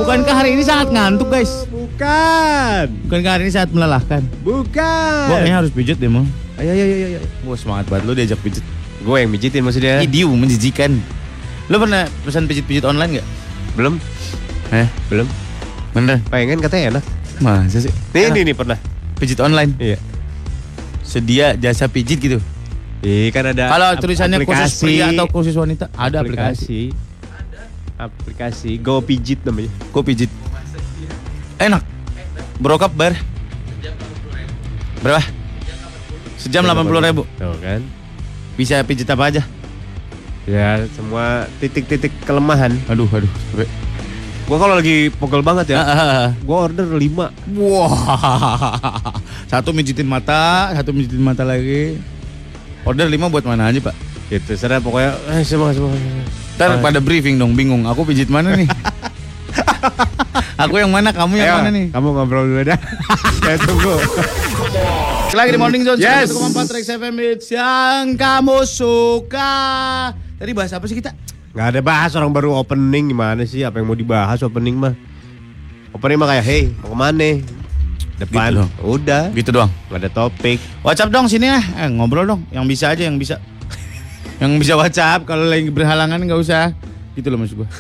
Bukankah hari ini sangat ngantuk, guys? Bukan. Bukankah hari ini sangat melelahkan? Bukan. Gua kayaknya harus pijit deh, Mang. Ayo. Wah, semangat banget lu diajak pijit. Gue yang mijitin maksudnya. Idiu, menjijikan. Lu pernah pesan pijit-pijit online gak? Belum. Belum. Bener? Pengen katanya enak. Masa sih? Ini pernah. Pijit online? Iya. Sedia jasa pijit gitu? Iya kan ada. Kalau tulisannya khusus aplikasi. pria atau khusus wanita? Ada aplikasi. Aplikasi Go Pijit namanya. Go pijit. Enak. Brokap bar. Berapa? Sejam 80.000. Tuh kan. Bisa pijit apa aja? Ya semua titik-titik kelemahan. Aduh. Gua kalau lagi pegel banget ya. Gua order 5. Wah. Satu mijitin mata lagi. Order 5 buat mana aja, Pak? Gitu, serah pokoknya semua. Ntar pada briefing dong, bingung. Aku pijit mana nih? Aku yang mana, kamu yang mana nih? Kamu ngobrol dulu dah. Saya tunggu. Lagi di Morning Zone, Yes. 1,4 Rex FM Hits yang kamu suka. Tadi bahas apa sih kita? Gak ada bahas, orang baru opening. Gimana sih, apa yang mau dibahas opening mah? Opening mah kayak, hey mau kemana? Depan, Gitu dong. udah. Gitu doang. Gak ada topik. WhatsApp dong sini ya, ngobrol dong. Yang bisa aja, yang bisa. Yang bisa WhatsApp, kalau lagi berhalangan nggak usah. Gitu loh maksud gue.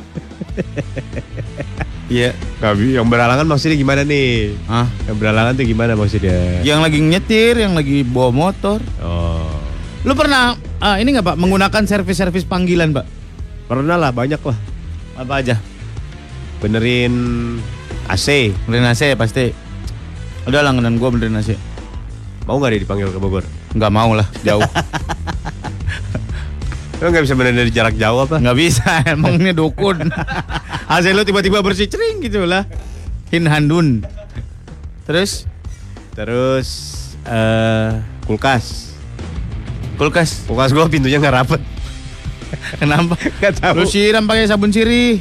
Iya. Yang berhalangan maksudnya gimana nih? Ah, Yang berhalangan tuh gimana maksudnya? yang lagi nyetir, yang lagi bawa motor. Oh, Lu pernah ini nggak Pak menggunakan servis panggilan Pak? pernah lah, banyak lah. Apa aja? Benerin AC. Benerin AC pasti. Udah langganan gue benerin AC. Mau gak dia dipanggil ke Bogor? Nggak mau lah, jauh. Lo gak bisa benerin dari jarak jauh apa? Nggak bisa, emang ini dukun. AC lu tiba-tiba bersih cering gitu lah. Handun. Terus kulkas. kulkas. Kulkas gue pintunya gak rapet. Kenapa? Gak tahu. Lu siram pakai sabun sirih.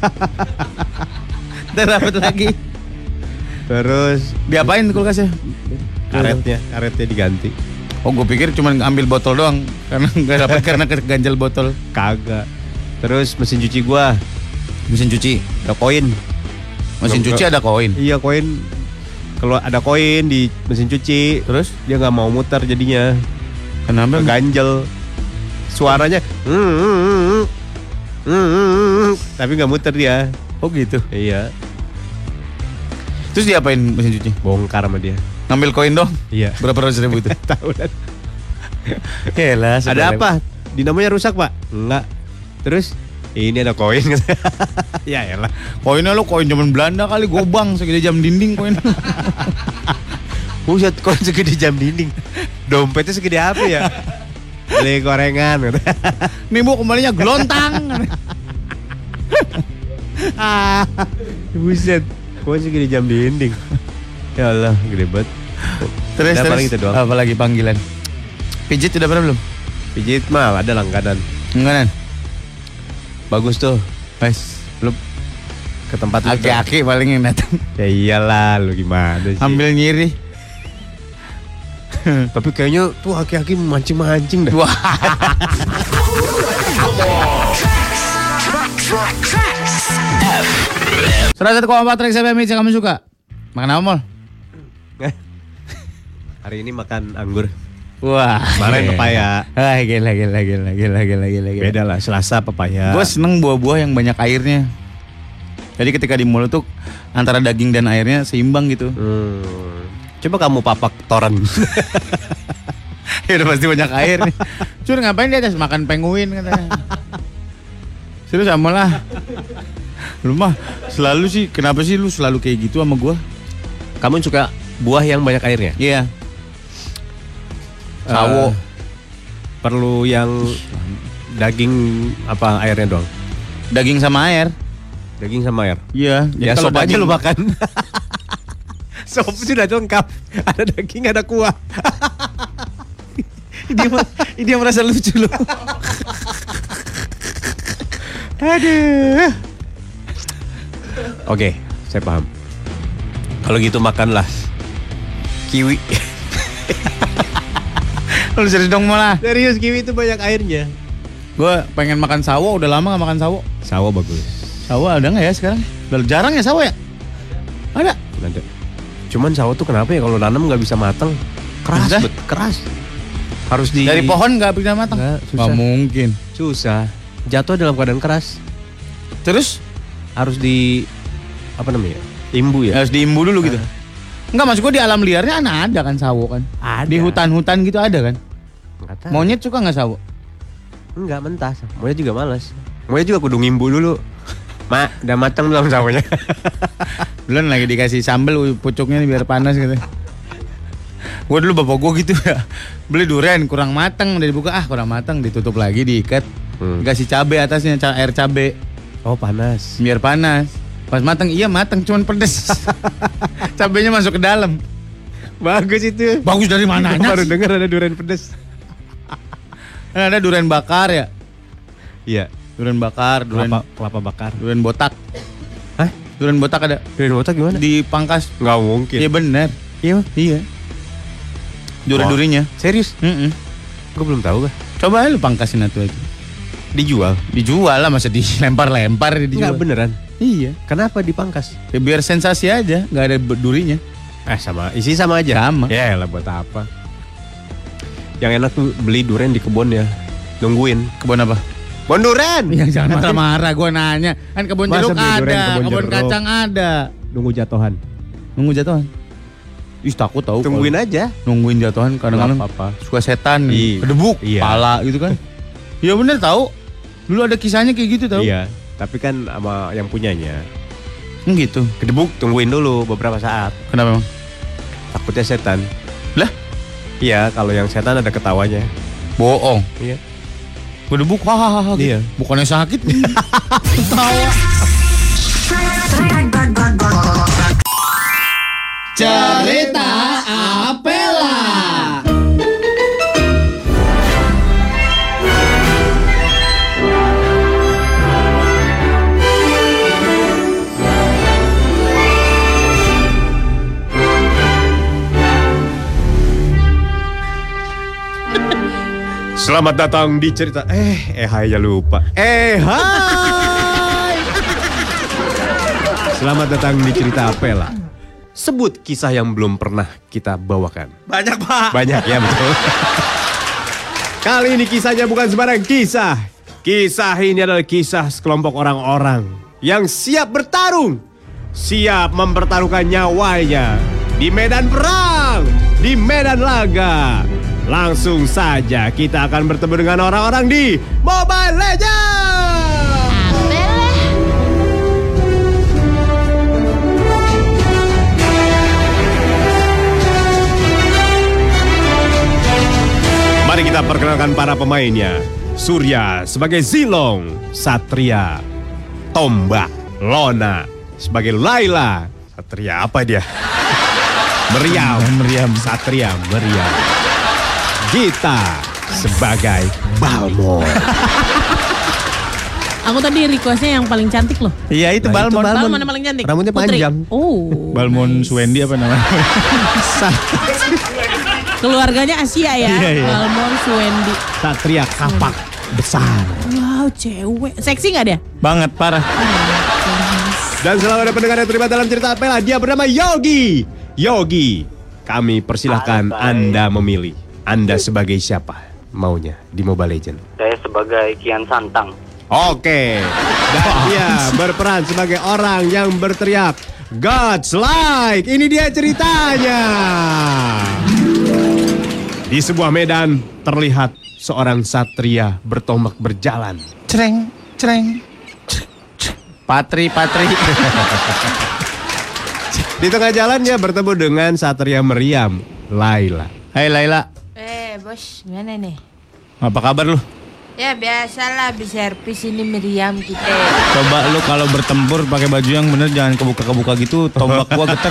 Ntar rapet lagi. Terus Diapain kulkasnya? karetnya diganti. Oh, gue pikir cuma ambil botol doang karena nggak dapat karena keganjal botol. Kagak. Terus mesin cuci gua Mesin cuci, ada koin. mesin cuci ada koin. Iya, koin. Kalau ada koin di mesin cuci, Terus dia nggak mau muter jadinya. kenapa? Ganjel. Suaranya tapi nggak muter dia. Oh gitu. Iya. Terus diapain mesin cuci? Bongkar sama dia. Ngambil koin dong. Iya. Berapa ratus ribu itu? Tahu dan. Yalah, Ada apa? Dinamanya rusak, Pak? Enggak. Terus ini ada koin. Ya elah. Koinnya lo koin zaman Belanda kali, gobang segede jam dinding koin. Buset, koin segede jam dinding. Dompetnya segede apa ya? Beli gorengan. Nih Bu, kembalinya gelontang. Buset, koin segede jam dinding. Ya Allah, gede banget. Terus Udah, paling itu doang. apa lagi panggilan? Pijit udah pernah belum? Pijit mah ada langganan. Enggak. Bagus tuh. Guys, Lu ke tempat lu. aki-aki paling yang datang. Ya iyalah, lu gimana sih? Ambil nyiri. Tapi kayaknya tuh aki-aki mancing-mancing dah. Wah. Serasa 1,4 Rex FM yang kamu suka. Makan apa, Mol? Hari ini makan anggur. Wah, Kemarin pepaya. Ah, gila. Beda lah, Selasa pepaya. Gue seneng buah-buah yang banyak airnya. Jadi ketika di mulut tuh antara daging dan airnya seimbang gitu. Coba kamu papak toren. Ya udah pasti banyak air nih. Cur ngapain di atas makan penguin katanya. Serius sama lah. Lu mah selalu sih, kenapa sih lu selalu kayak gitu sama gua? Kamu suka buah yang banyak airnya? Iya. Sawo. Perlu yang daging apa airnya doang? Daging sama air. Daging sama air. Iya. Ya kalau sop aja daging- lu makan. Sop sudah lengkap. Ada daging, ada kuah. Dia merasa lucu loh. Aduh. Oke, saya paham. Kalau gitu makanlah kiwi. Lu serius dong malah. Serius, kiwi itu banyak airnya. Gua pengen makan sawo, udah lama gak makan sawo. Sawo bagus. Sawo ada gak ya sekarang? Jarang ya sawo ya? Ada? Ada. Cuman sawo tuh kenapa ya kalau nanam nggak bisa matang? Keras, Bisa? keras. Harus Dari pohon nggak bisa matang? Nggak, susah. Nggak mungkin. Susah. Jatuh dalam keadaan keras. Terus? Harus imbu ya? Harus diimbu dulu gitu? Enggak, maksud gue di alam liarnya ada kan sawo kan? Ada. Di hutan-hutan gitu ada kan? Nggak tahu. Monyet suka nggak sawo? Enggak, mentah. Monyet juga males. Monyet juga kudu ngimbu dulu. Udah matang belum sawonya? Belum, lagi dikasih sambel pucuknya nih biar panas gitu. Gue dulu bapak gue gitu ya, beli durian kurang matang, udah dibuka kurang matang, ditutup lagi, diikat, dikasih cabe atasnya, air cabe. Oh, panas. Biar panas. Pas matang, iya matang, cuman pedes. Cabenya masuk ke dalam. Bagus itu. Bagus dari mananya? Baru denger ada durian pedes. Ada durian bakar ya? Iya. Durian bakar, Kelapa bakar. durian botak. Hah? Durian botak ada. Durian botak gimana? Dipangkas. Nggak mungkin. Iya bener. Iya. Duri-durinya. Serius? Gue belum tahu, Coba lu pangkasin itu aja. Dijual? Dijual lah, masa dilempar-lempar dijual. Enggak, beneran. Iya. Kenapa dipangkas? Ya, biar sensasi aja, nggak ada durinya. Sama. Isi sama aja. Sama. Ya lah, buat apa? Yang enak tuh beli durian di kebun ya. Nungguin. Kebun apa? Kebun durian. Yang jangan marah-marah, gue nanya. Kan kebun Masa jeruk beli durian, ada, kebun kebun jeruk? kacang ada. Nunggu jatuhan. Nunggu jatuhan. Ih, takut tahu. Tungguin kalau aja. Nungguin jatuhan kadang-kadang Nggak apa-apa. suka setan, Iya. kedebuk, Iya. pala gitu kan. Iya bener tahu. Dulu ada kisahnya kayak gitu tahu. Iya. Tapi kan sama yang punyanya. Gitu. Kedebuk, tungguin dulu beberapa saat. Kenapa emang? Takutnya setan. Lah? Iya, kalau yang setan ada ketawanya. Bohong. Iya. Kedebuk, hahaha. Iya. Bukannya sakit. Tawa. Cerita Apela. Selamat datang di cerita. Hai ya lupa. Hai. Selamat datang di cerita Apela. Sebut kisah yang belum pernah kita bawakan. Banyak, Pak. Banyak ya, betul. Kali ini kisahnya bukan sembarang kisah. Kisah ini adalah kisah sekelompok orang-orang yang siap bertarung, siap mempertaruhkan nyawanya di medan perang, di medan laga. Langsung saja kita akan bertemu dengan orang-orang di Mobile Legends. Mari kita perkenalkan para pemainnya. Surya sebagai Zilong, Satria, Tombak, Lona sebagai Laila. Satria apa dia? Meriam, Satria, Meriam. Gita sebagai Balmor. Aku tadi requestnya yang paling cantik loh. Iya itu Nah, itu Balmon. Balmon. Balmon yang paling cantik. Rambutnya Putri. panjang. Oh. Balmon Swendi apa namanya? Keluarganya Asia ya. Iya. Balmon Suwendi. Satria kapak besar. Wow, cewek. Seksi nggak dia? Banget, parah. Dan selalu ada pendengar yang terlibat dalam cerita Apela. Dia bernama Yogi. Yogi, kami persilahkan Anda memilih. Anda sebagai siapa maunya di Mobile Legends? Saya sebagai Kian Santang. Oke. Dan dia berperan sebagai orang yang berteriak God's like. Ini dia ceritanya. Di sebuah medan terlihat seorang satria bertombak berjalan. Cereng. Patri. Di tengah jalan dia bertemu dengan satria Meriam, Laila. Hai Laila, Bos, gimana nih? apa kabar lu? Ya biasalah habis servis ini Meriam kita. Coba lu kalau bertempur pakai baju yang bener, jangan kebuka-kebuka gitu, tombak gua geter.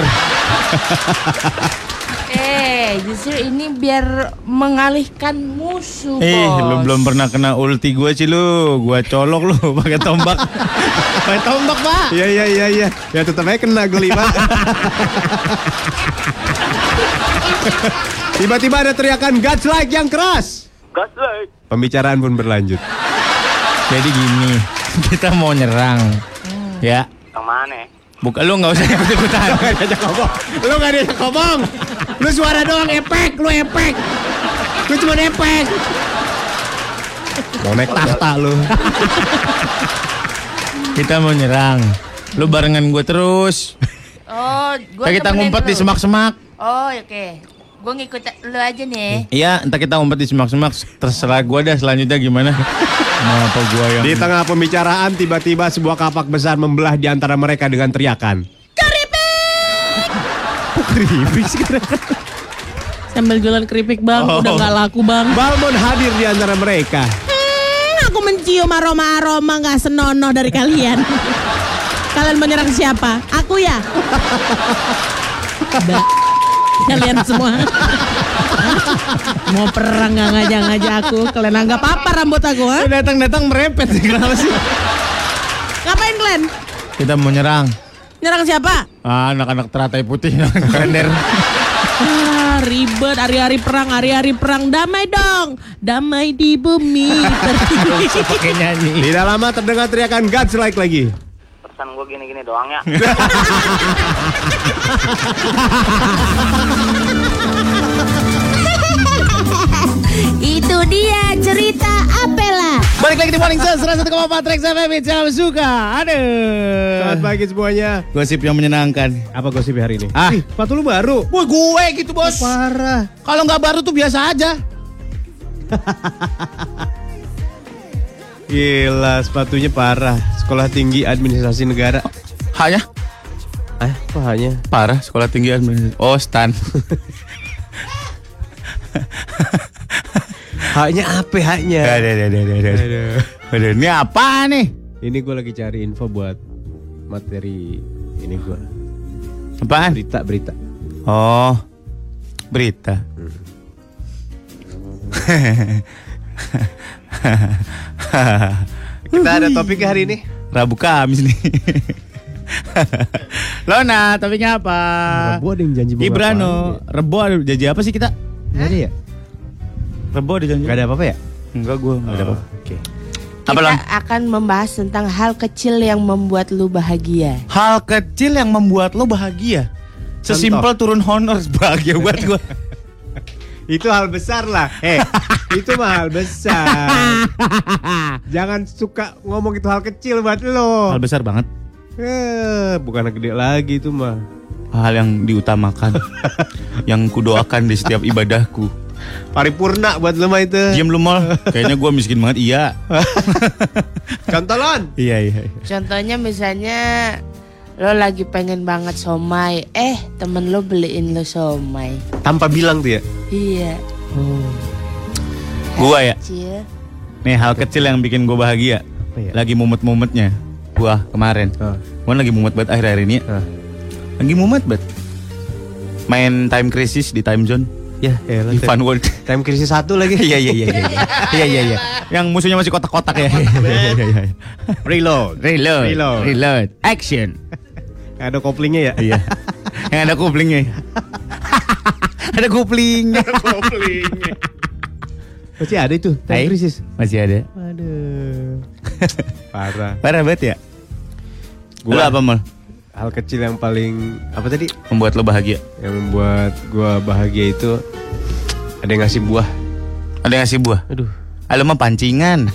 Justru ini biar mengalihkan musuh, Bos. Lu belum pernah kena ulti gua sih lu. Gua colok lu pakai tombak. Pakai tombak, Pak. Iya. Ya tetap aja kena geli, Pak. Tiba-tiba ada teriakan God's like yang keras. Gaslight. Pembicaraan pun berlanjut. Jadi gini, kita mau nyerang. Ya. Yang mana? Bukan, lu nggak usah ikut-ikutan. Lu gak diajak ngomong. Lu suara doang epek, lu epek. Lu cuma epek. Mau naik tahta lu. Kita mau nyerang. Lu barengan gue terus. Oh, gua Kita temenin ngumpet di lu. semak-semak. Oh, oke. Gue ngikut lu aja nih. Iya, entar kita ngumpet di semak-semak. Terserah gue dah selanjutnya gimana. Mau apa gue yang... Di tengah pembicaraan tiba-tiba sebuah kapak besar membelah di antara mereka dengan teriakan. Keripik sekarang. Sambil jualan keripik bang, udah gak laku bang. Balmon hadir di antara mereka. Aku mencium aroma-aroma gak senonoh dari kalian. Kalian menyerang siapa? Aku ya? Kalian semua. Mau perang gak ngajak-ngajak aku. Kalian anggap apa rambut aku? Ha? Datang-datang merepet sih, kenapa sih? Ngapain kalian? Kita mau nyerang. Nyerang siapa? Anak-anak teratai putih, kalender. Ribet, hari-hari perang, damai dong. Damai di bumi. Pakai nyanyi. Tidak lama terdengar teriakan Godslike lagi. Pesan gue gini-gini doang ya. Itu dia cerita Apela. Balik lagi di Morning Show 101,4 Trax FM, Jam Suka. Selamat Aduh. pagi semuanya. Gosip yang menyenangkan. Apa gosip hari ini? Ah. Ih, sepatu lu baru. Wah, gue gitu bos. Parah. Kalau nggak baru tuh biasa aja. Gila, sepatunya parah. Sekolah Tinggi Administrasi Negara. Hanya Apa hanya? parah sekolah tinggi administrasi. Oh, stan. Haknya apa haknya? Aduh, ini apa nih? Ini gue lagi cari info buat materi ini gue. Apaan? Berita. Oh, berita. Kita ada topik hari ini. Rabu Kamis nih. Lona, topiknya apa? Rebo ada yang janji mau Ibrano, ngapain Rebo ada janji apa sih kita? ya? Nggak ada ya? Rebo ada janji? Gak ada apa-apa ya? Enggak, gue enggak ada apa. Oke. Apa, Kita Lon? akan membahas tentang hal kecil yang membuat lu bahagia. Hal kecil yang membuat lo bahagia. Sesimpel turun honor bahagia buat gue. Itu hal besar lah. Itu mah hal besar. Jangan suka ngomong itu hal kecil buat lo. Hal besar banget. Bukan gede lagi itu mah. Hal yang diutamakan. Yang kudoakan di setiap ibadahku. Paripurna buat lo mah itu. Diam lu mal. Kayaknya gue miskin banget. Iya. Contoh Lon. Iya. Contohnya misalnya lo lagi pengen banget somai, temen lo beliin lo somai. Tanpa bilang tuh ya. Iya. Gua ya. Kecil. Nih hal kecil yang bikin gue bahagia. Apa ya? Lagi mumet-mumetnya. Gua kemarin. Gua lagi mumet banget akhir-akhir ini. Lagi mumet banget. Main Time Crisis di Time Zone. Ya, Di Fun World. Time Crisis 1 lagi. Iya. Iya. Yang musuhnya masih kotak-kotak ya. Iya. Reload. Reload. Action. Ada koplingnya ya. Iya. Yang ada kuplingnya. Ada kupling. Masih ada itu Time Crisis. Masih ada. Aduh. Parah. Parah banget ya. Lu Gua- apa mal? Hal kecil yang paling apa tadi? Membuat lo bahagia. Yang membuat gua bahagia itu ada yang ngasih buah. Ada yang ngasih buah. Aduh. Lu mah pancingan.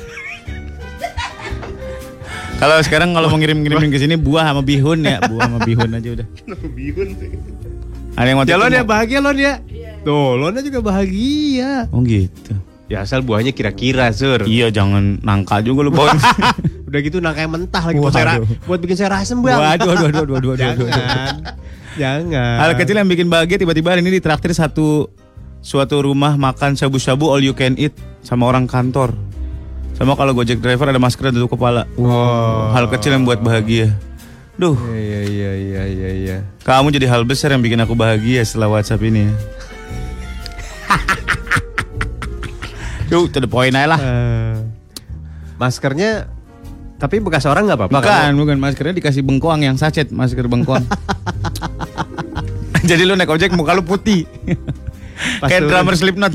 Kalau sekarang kalau mau ngirim-ngirimin ke sini buah sama bihun ya, buah sama bihun aja udah. Bihun sih. Ada yang waktu Ya itu Lon ya mau- bahagia Lon ya. Tuh Lon juga bahagia. Oh gitu. Ya asal buahnya kira-kira Sur. Iya jangan nangka juga lu bawang. Udah gitu nangkanya mentah lagi Waduh. buat bikin saya asem bang. Waduh. Jangan. Hal kecil yang bikin bahagia tiba-tiba hari ini ditraktir suatu rumah makan shabu-shabu all you can eat sama orang kantor. Sama kalau Gojek driver ada masker di kepala. Wow. Hal kecil yang buat bahagia. Duh, Iya. kamu jadi hal besar yang bikin aku bahagia setelah WhatsApp ini ya. Duh, to the point aja lah. Maskernya tapi bekas orang nggak apa-apa. Bukan maskernya dikasih bengkoang yang sachet, masker bengkoang. Jadi lu naik ojek muka lu putih. Pas Kayak turun. drummer Slipknot.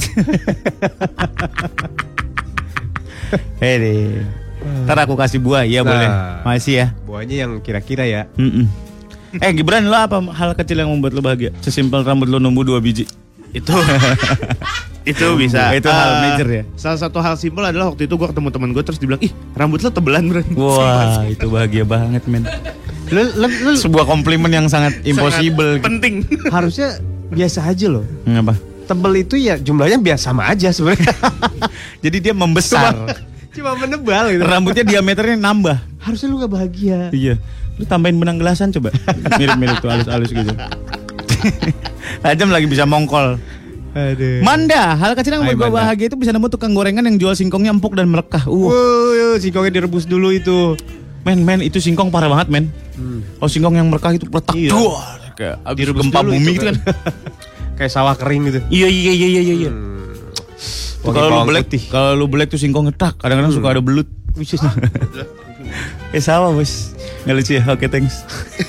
Hei, ntar aku kasih buah, iya Nah. boleh. Masih ya. Buahnya yang kira-kira ya. Mm-mm. Gibran, lo apa hal kecil yang membuat lo bahagia? Sesimpel rambut lo numbuh 2 biji. Itu bisa. Itu hal major ya. Salah satu hal simpel adalah waktu itu gue ketemu teman gue terus dibilang, ih rambut lo tebelan Bran. Wah, itu bahagia banget men. Lu Sebuah komplimen yang sangat impossible. Penting. harusnya biasa aja loh. Ngapa? Tebel itu ya jumlahnya biasa sama aja sebenarnya. Jadi dia membesar. Cuma menebal gitu. Rambutnya diameternya nambah. Harusnya lu gak bahagia. Iya. Lu tambahin benang gelasan coba. Mirip-mirip tuh halus-halus gitu. Tajam lagi bisa mongkol. Aduh. Manda, hal kecil yang Hai, membuat gue Manda. bahagia itu bisa nemu tukang gorengan yang jual singkongnya empuk dan melekah. Singkongnya direbus dulu itu. Men, itu singkong parah banget men. Oh singkong yang melekah itu letak. Iya. Kayak abis Direbus gempa dulu bumi itu gitu kan. Kayak sawah kering gitu. Iya. Tuh, Wangi kalau lu bawang belek tuh singkong ngetak. Kadang-kadang suka ada belut. Sama bos. Nggak lucu ya? Oke, thanks.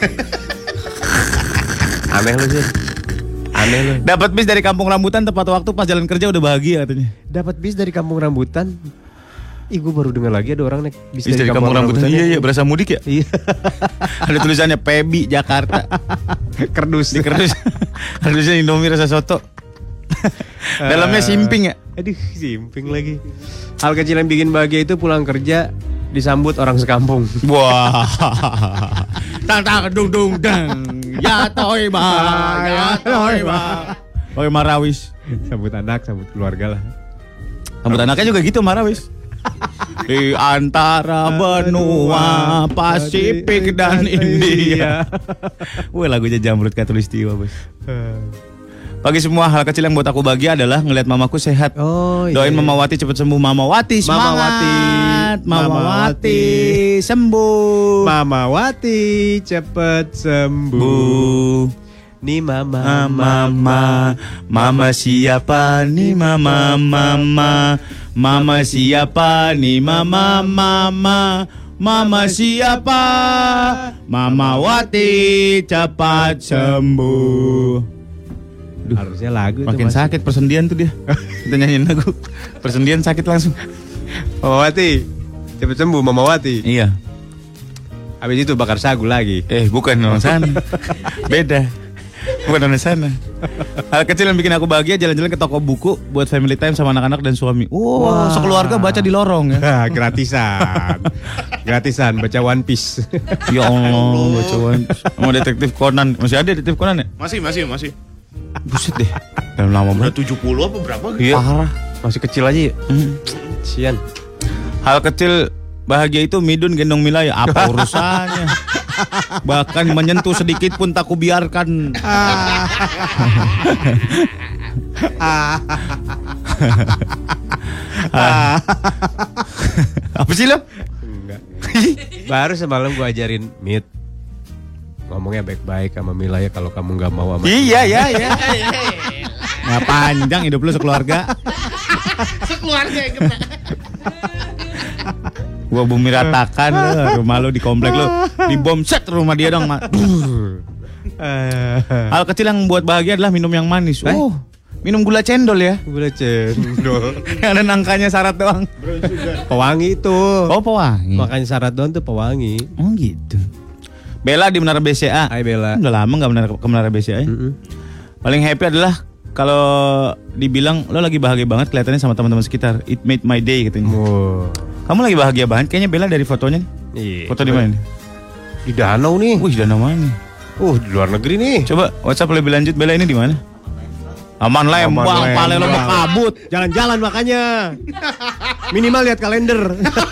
Aneh lu sih. Aneh lu. Dapat bis dari kampung rambutan tepat waktu pas jalan kerja udah bahagia katanya. Dapat bis dari kampung rambutan. Ih, gue baru dengar lagi ada orang naik bis Bis dari kampung rambutan. Iya, berasa mudik ya. Iya. Ada tulisannya Pebi Jakarta. Kerdus. Di kerdus. Kerdusnya Indomie rasa soto. Dalamnya simping ya. Aduh, simping lagi. Hal kecil yang bikin bahagia itu pulang kerja disambut orang sekampung. Wah. Tang dung dung dang. Ya toy ba. Oke Marawis. Sambut anak, sambut keluarga lah. Sambut anaknya juga gitu Marawis. Di antara benua Pasifik dan India. Wah, lagunya Jamrut Khatulistiwa, Bos. Bagi semua hal kecil yang buat aku bahagia adalah ngelihat mamaku sehat. Oh, iya. Doain Mama Wati cepet sembuh. Mama Wati semangat. Mama Wati sembuh. Mama Wati cepet sembuh. Nih mama, Mama siapa nih mama. Mama siapa nih mama. Mama siapa? Mama Wati cepat sembuh. Duh, harusnya lagu makin itu sakit persendian tuh dia. Kita nyanyiin lagu persendian sakit langsung. Mama Wati cepet sembuh, Mama Wati. Iya. Habis itu bakar sagu lagi. Bukan orang sana. Beda. Bukan orang sana. Hal kecil yang bikin aku bahagia jalan-jalan ke toko buku buat family time sama anak-anak dan suami. Wah. Sekeluarga baca di lorong ya. Gratisan baca One Piece. Ya Allah, baca One Piece. Sama detektif Conan. Masih ada detektif Conan ya? Masih. Buset deh. Dalam lama Udah banget. 70 apa berapa? Iya. Parah. Masih kecil aja ya. Sian. Hal kecil bahagia itu midun gendong Mila ya. Apa urusannya? Bahkan menyentuh sedikit pun tak kubiarkan. Apa sih lo? Enggak. Baru semalam gua ajarin Mit. Ngomongnya baik-baik sama Mila ya kalau kamu nggak mau sama. Iya. Nggak panjang hidup lu sekeluarga. Sekeluarga yang kena. Gua bumi ratakan lu, rumah lu di komplek lu, dibom set rumah dia dong. Hal kecil yang buat bahagia adalah minum yang manis. Minum gula cendol ya. Gula cendol. Yang ada nangkanya syarat doang. Pewangi itu. Oh, pewangi. Makanya syarat doang tuh pewangi. Oh gitu. Bella di Menara BCA. Hai Bella. Udah lama gak ke Menara BCA ya. Paling happy adalah kalau dibilang lo lagi bahagia banget kelihatannya sama teman-teman sekitar. It made my day katanya. Kamu lagi bahagia banget kayaknya Bella dari fotonya. Iya. Foto di mana nih? Di danau nih. Wih, danau mana nih? Di luar negeri nih. Coba WhatsApp lebih lanjut, Bella ini di mana? Aman Lembang, Pale lo mau kabut. Jalan-jalan makanya. Minimal lihat kalender.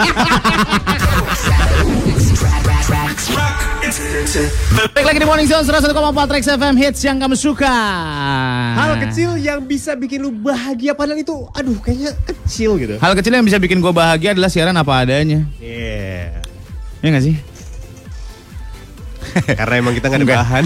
Baik lagi di Morning Zone 101,4 Trax FM hits yang kamu suka. Hal kecil yang bisa bikin lu bahagia padahal itu aduh kayaknya kecil gitu. Hal kecil yang bisa bikin gue bahagia adalah siaran apa adanya. Iya. Iya gak sih? Karena emang kita gak ada bahan.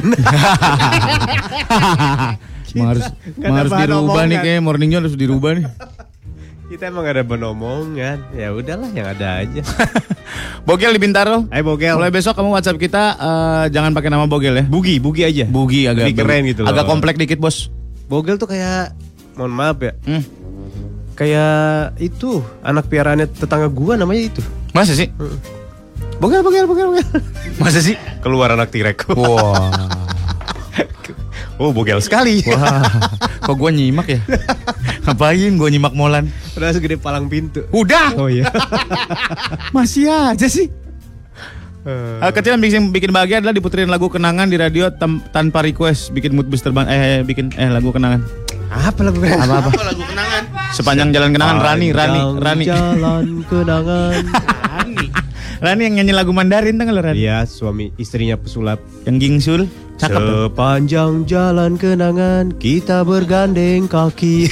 harus dirubah nih kayak morningnya harus dirubah nih. Kita emang gak ada bahan omongan. Ya udahlah yang ada aja. Bogel di Bintaro. Hai Bogel. Mulai besok kamu WhatsApp kita jangan pakai nama Bogel ya. Bugi aja. Bugi agak lebih keren gitu loh. Agak komplek dikit bos. Bogel tuh kayak mohon maaf ya. Kayak itu anak piaraannya tetangga gua namanya itu. Masa sih? Bogel. Masa sih? Keluar anak T-Rex. Wah. Oh, bogel sekali. Wah. Kok gue nyimak ya? Ngapain gue nyimak Molan? Udah segede palang pintu. Udah. Oh iya. Masih aja sih. Hal kecil yang bikin bahagia adalah diputerin lagu kenangan di radio tanpa request. Bikin mood booster bikin lagu kenangan. Apa lagu kenangan? Apa? Apa lagu kenangan? Sepanjang jalan kenangan. Rani. Jalan kenangan. Rani yang nyanyi lagu Mandarin, tau gak lo Rani? Iya, suami istrinya pesulap. Yang gingsul. Cakep tuh. Sepanjang jalan kenangan kita bergandeng kaki.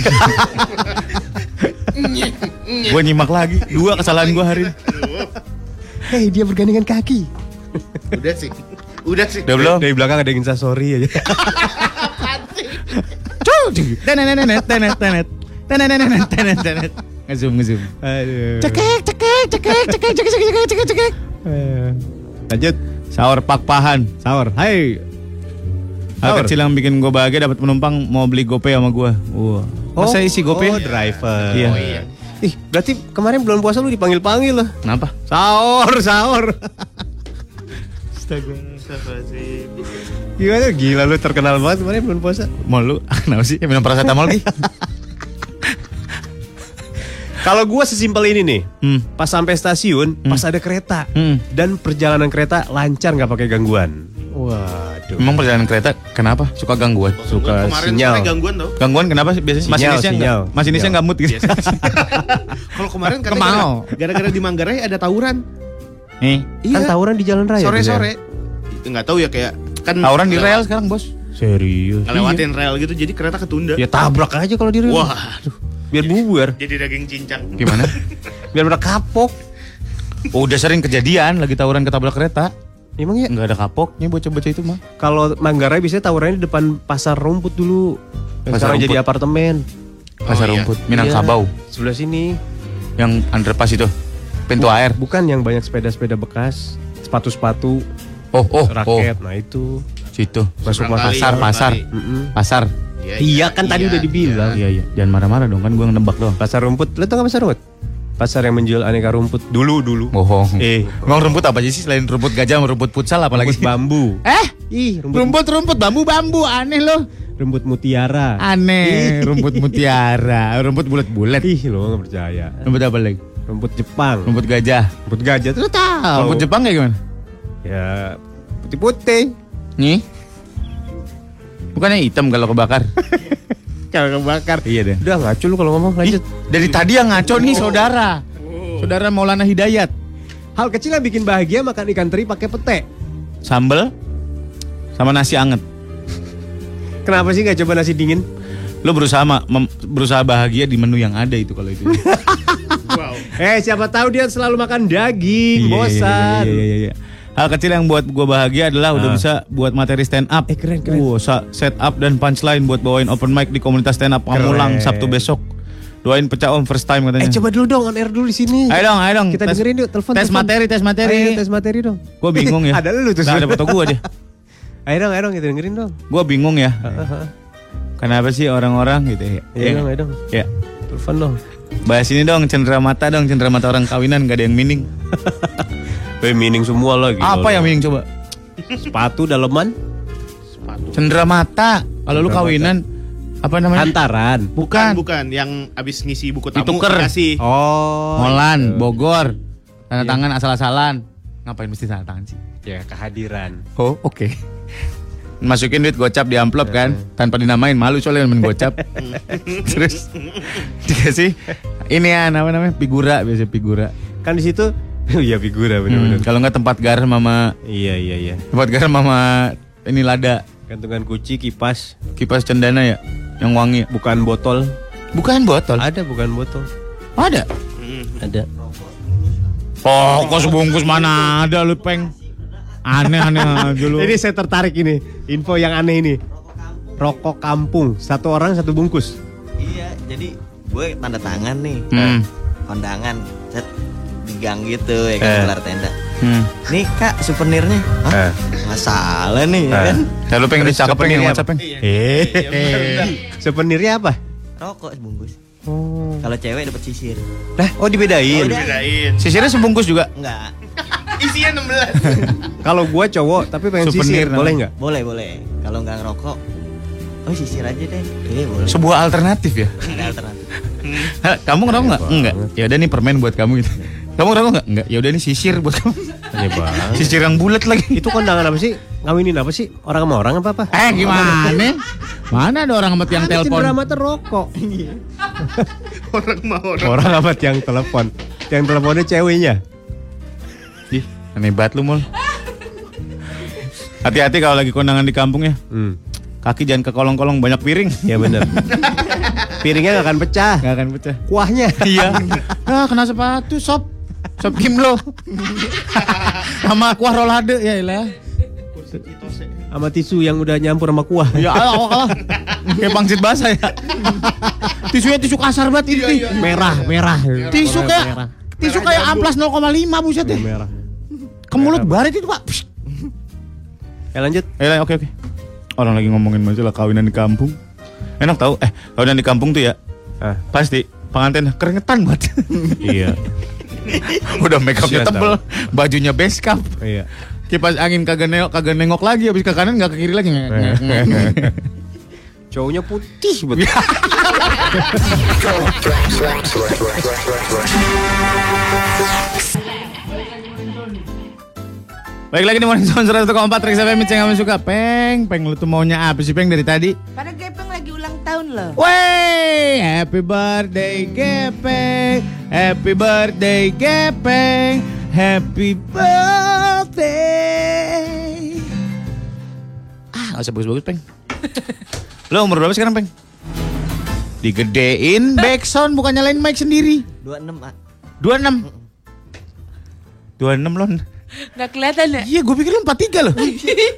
Gue nyimak lagi. 2 kesalahan gue hari ini. Hei, dia bergandengan kaki. Udah sih. Udah sih. Udah belum? Dari belakang ada yang instastory aja. Tenet. Ngezoom. Aduh. Cekek. Lanjut. Sahur Pak-Pahan. Sahur. Hai. Hal kecil yang bikin gue bahagia dapat penumpang mau beli GoPay sama gue. Wah. Masa isi GoPay? Oh, driver. Iya. Oh iya. Ih, berarti kemarin bulan puasa lu dipanggil-panggil loh. Kenapa? Sahur. Astagfirullahaladzim. Gimana? Gila lu terkenal banget kemarin bulan puasa. Mau lu? Kenapa sih? Minum paracetamol lagi? Kalau gua sesimpel ini nih, pas sampai stasiun, pas ada kereta, dan perjalanan kereta lancar nggak pakai gangguan. Waduh. Memang perjalanan kereta kenapa? Suka gangguan? Suka Kemarin sinyal. sore gangguan tau. Gangguan kenapa sih? Biasanya Sinyal. masinisnya nggak mood gitu. Kalau kemarin Kemal. gara-gara di Manggarai ada tawuran. Nih, Kan tawuran di jalan raya. Sore-sore. Nggak tahu ya kayak kan tawuran di rel sekarang, Bos. Serius? ngelewatin rel gitu jadi kereta ketunda. Ya tabrak aja kalau di rel. Wah, Biar bubar. jadi daging cincang. Gimana? Biar pada kapok. Oh, udah sering kejadian lagi tawuran ketabrak kereta. Emang ya? Nggak ada kapoknya bocah-bocah itu mah. Kalau Manggarai biasanya tawurannya di depan pasar rumput dulu. Pasar Sekarang rumput. jadi apartemen. Pasar iya. rumput, Minangkabau. Iya, sebelah sini. Yang underpass itu. Pintu air. Bukan yang banyak sepeda-sepeda bekas, sepatu-sepatu, Oh, raket. Nah itu. situ. Masuk Seberang kali, pasar. seberang Pasar. Iya kan tadi udah dibilang. Iya. Jangan marah-marah dong, kan gua nebak doang. Pasar rumput. Lu tau gak pasar rumput? Pasar yang menjual aneka rumput. Dulu. Bohong. Eh. Emang rumput apa aja sih selain rumput gajah sama rumput futsal apalagi? Rumput bambu. Ih, Rumput bambu aneh loh. rumput mutiara. Aneh, rumput mutiara, rumput bulat-bulat. Ih, lo gak percaya. Rumput apa lagi? Rumput Jepang. Rumput gajah. Rumput gajah tuh tahu. Rumput Jepang kayak gimana? Ya putih-putih. Nih. Bukannya hitam kalau kebakar. Kalau kebakar. Iya deh. Udah ngaco lu kalau ngomong, lanjut. Dari tadi yang ngaco nih saudara. Saudara Maulana Hidayat. Hal kecil yang bikin bahagia makan ikan teri pakai pete. Sambel sama nasi anget. Kenapa sih nggak coba nasi dingin? Lo berusaha bahagia di menu yang ada itu kalau itu. Wow. Siapa tahu dia selalu makan daging, bosan. Iya. Hal kecil yang buat gue bahagia adalah udah bisa buat materi stand up. Keren. Set up dan punchline buat bawain open mic di komunitas stand up Pamulang Sabtu besok. Doain pecah om first time katanya. Coba dulu dong on air dulu di sini. Ayo dong. Kita dengerin yuk, telepon. Tes materi. Ayo, tes materi dong. Gue bingung ya. Ada lu tuh. Nggak ada foto gue dia. Ayo dong, kita dengerin dong. Gue bingung ya. Kenapa sih orang-orang gitu ya? Ayo dong. Ya. Telepon dong. Bahas ini dong, cendera mata orang kawinan, gak ada yang meaning. Meaning semua lagi. Apa yang meaning coba? Sepatu daleman. Cendera mata. Kalau lu kawinan, apa namanya? Hantaran. Bukan yang abis ngisi buku tamu Dituker. kasih. Oh. Molan, Bogor. Tanda tangan asal-asalan. Ngapain mesti tanda tangan sih? Ya kehadiran. Oh, oke. Masukin duit gocap di amplop kan, tanpa dinamain, malu soalnya main gocap. Terus dikasih ini ya apa namanya? Figura, biasa figura. Kan di situ iya figura benar-benar. Kalau nggak tempat garam mama. Iya. Tempat garam mama ini lada. Gantungan kunci, kipas Cendana ya, yang wangi. bukan botol. Bukan botol. Ada bukan botol. Ada. Ada. Oh, kok sebungkus mana ada lu peng. Aneh-aneh aja lu. Ini saya tertarik ini. Info yang aneh ini. Rokok kampung, 1 orang 1 bungkus. Iya, jadi gue tanda tangan nih. Kondangan, set di gang gitu ya kan, gelar tenda. Nih kak, souvenirnya. Hah? Masalah nih ya kan. Ya lu pengen dicakep pengen WhatsApp peng. Souvenirnya apa? Rokok sebungkus. Kalau cewek dapat sisir. Lah, dibedain. Bedain. Sisirnya sebungkus juga. Enggak. Isinya 16. Kalau gua cowok tapi pengen Souvenir, sisir, boleh nggak? Boleh. Kalau nggak ngerokok, sisir aja deh. Iya boleh. Sebuah alternatif ya. Ada alternatif. Kamu ngerokok nggak? Enggak. Ya udah nih permen buat kamu gitu. Kamu ngerokok nggak? Enggak. Ya udah nih sisir buat kamu. Iya bang. Sisir yang bulat lagi. Itu kondangan apa sih? Ngawinin apa sih? Orang sama orang apa? Gimana? Mana ada orang sama tiang telepon? Cendera mata rokok. Orang mau orang. Orang apa tiang telepon? Tiang teleponnya ceweknya. Ih, aneh banget lu, Mul. Hati-hati kalau lagi kondangan di kampung ya. Kaki jangan ke kolong-kolong, banyak piring. Ya benar. Piringnya gak akan pecah. Gak akan pecah. Kuahnya. Iya. Kena sepatu, sop Kimlo. Sama kuah rolade, ya ilah. Sama tisu yang udah nyampur sama kuah. Ya Allah. Kayak pangsit basah ya. Tisunya tisu kasar banget ini. Merah. Tisu kayak amplas 0,5 buset ya. Merah. Ke mulut baret itu, Pak. Ya lanjut. Oke. Orang lagi ngomongin masalah kawinan di kampung. Enak tahu, kawinan di kampung tuh ya. Pasti pengantin keringetan banget. Iya. Udah make upnya tebel, bajunya base cap. Iya. Kipas angin kagak nengok lagi, habis ke kanan nggak ke kiri lagi. Cowoknya putih betul. Baik lagi nih Morning Zone 101,4 Trax FM, Ceng kamu suka. Peng, lu tuh maunya apa sih Peng dari tadi? Pada Gepeng lagi ulang tahun loh. Wey, happy birthday Gepeng, happy birthday Gepeng, happy birthday. Gak usah bagus-bagus Peng. Lo umur berapa sekarang Peng? Digedein backsound, bukan nyalain mic sendiri. 26, Pak. 26 Lon. Gak kelihatan ya? Iya, gue pikir lu 43 loh.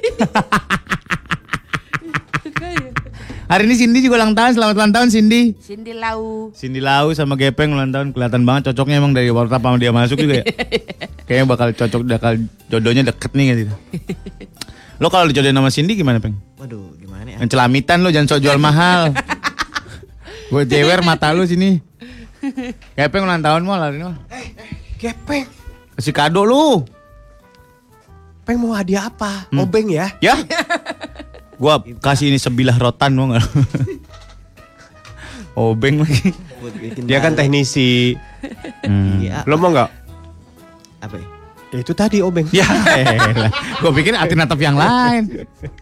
Hari ini Cindy juga ulang tahun. Selamat ulang tahun Cindy. Cindy Lau sama Gepeng ulang tahun. Kelihatan banget cocoknya emang dari WhatsApp sama dia masuk juga ya. Kayaknya bakal jodohnya deket nih gitu. Lo kalau dijodohin sama Cindy gimana Peng? Waduh, gimana ya? Yang celamitan lo, jangan sok jual mahal. Gue jewer mata lu sini. Gepeng ulang tahun mau lari mau. Gepeng. Kasih kado lu. Peng mau hadiah apa? Obeng ya? Ya. Gua kasih ini sebilah rotan mau enggak? Obeng lagi. Dia kan teknisi. Iya. Lo mau enggak? Apa ya? Itu tadi obeng. Ya, gue pikir alternatif yang lain.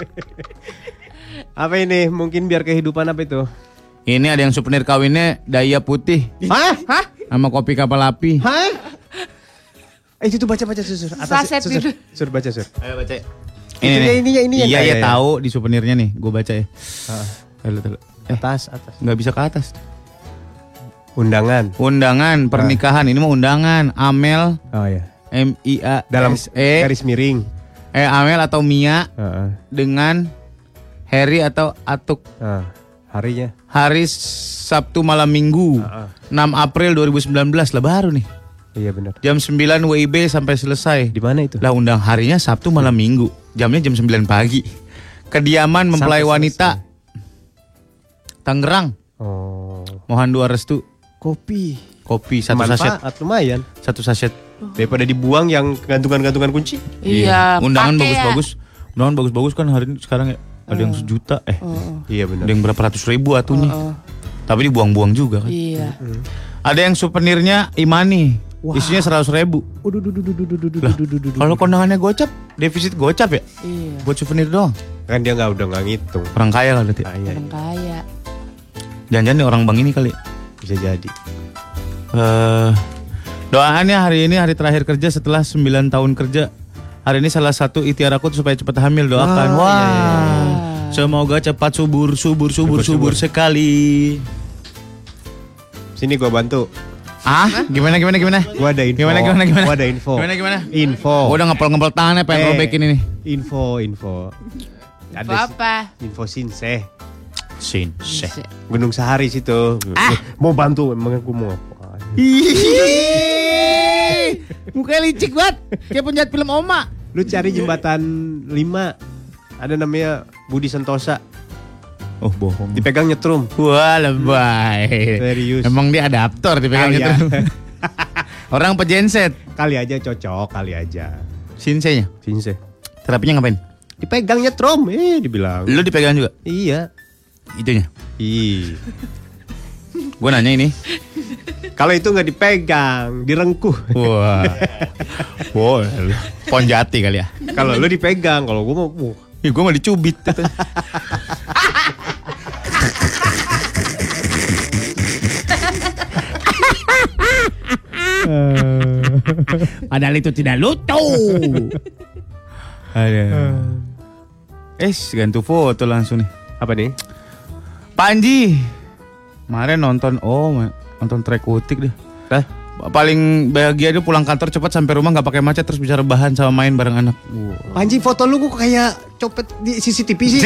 Apa ini? Mungkin biar kehidupan apa itu? Ini ada yang souvenir kawinnya daya putih. Hah? Sama kopi kapal api. Hah? Itu baca Sur. Saset Sur. Sur baca Sur. Ayo baca. Ininya. Iya, Ya. tahu di souvenirnya nih, gue baca ya. Tahu. Atas. Nggak bisa ke atas. Undangan pernikahan. Ini mah undangan. Amel. Oh ya. MIA Dalam SE. garis miring. Amel atau Mia dengan Harry atau Atuk. Harinya. Hari Sabtu malam Minggu. 6 April 2019 lah baru nih. Iya benar. Jam 9 WIB sampai selesai. Di mana itu? Lah undang harinya Sabtu malam Minggu. Jamnya jam 9 pagi. Kediaman mempelai wanita. Tangerang. Oh. Mohon doa restu. Kopi satu saset. Lumayan. Satu saset. Daripada dibuang yang gantungan kunci. Iya. Undangan pakai bagus-bagus. Undangan bagus-bagus kan hari ini sekarang ya. Ada yang 1 juta. Iya benar. Ada yang berapa ratus ribu atunya. Tapi dibuang-buang juga kan. Iya. Ada yang souvenirnya Imani. Isinya 100.000. Kalau kondangannya gocap, defisit gocap ya? Iya. Buat souvenir doang. Kan dia udah nggak ngitung. Orang kaya lah berarti. Orang kaya. Jangan-jangan nih orang bank ini kali. Bisa jadi. Doaannya hari ini hari terakhir kerja setelah 9 tahun kerja. Hari ini salah satu ikhtiar aku supaya cepat hamil, doakan. Semoga cepat subur sekali. Sini gua bantu. Gimana? Gua ada info. Gimana? Gua ada info. Gimana? Info. Gua udah ngepel tangannya pengen robekin ini. Info. Ada Apa? info Sinseh. Sinseh. Gunung Sahari situ. Mau bantu emang aku mau apa? Mukanya licik banget. Kayak penjahat film Oma. Lu cari jembatan 5. Ada namanya Budi Sentosa. Oh bohong. Dipegang nyetrum. Wah lebay. Serius. Emang dia adaptor dipegang gitu. Orang pejenset. Kali aja cocok, kali aja. Sinsenya. Sinse. Terapinya ngapain? Dipegang nyetrum, dibilang. Lu dipegang juga? Iya. Itunya. Ih. Gue nanya ini. Kalau itu nggak dipegang, direngkuh. Wah. Wow, Ponjati kali ya. Kalau lu dipegang, kalau gue mau Gue mah dicubit. Padahal itu tidak lucu. Ada. Gantu foto langsung nih. apa nih? Panji. Kemarin nonton Trek Utik deh. Hah? Paling bahagia dia pulang kantor cepat sampai rumah nggak pakai macet terus bisa rebahan sama main bareng anak. Panji, foto lu kok kayak copet di CCTV sih.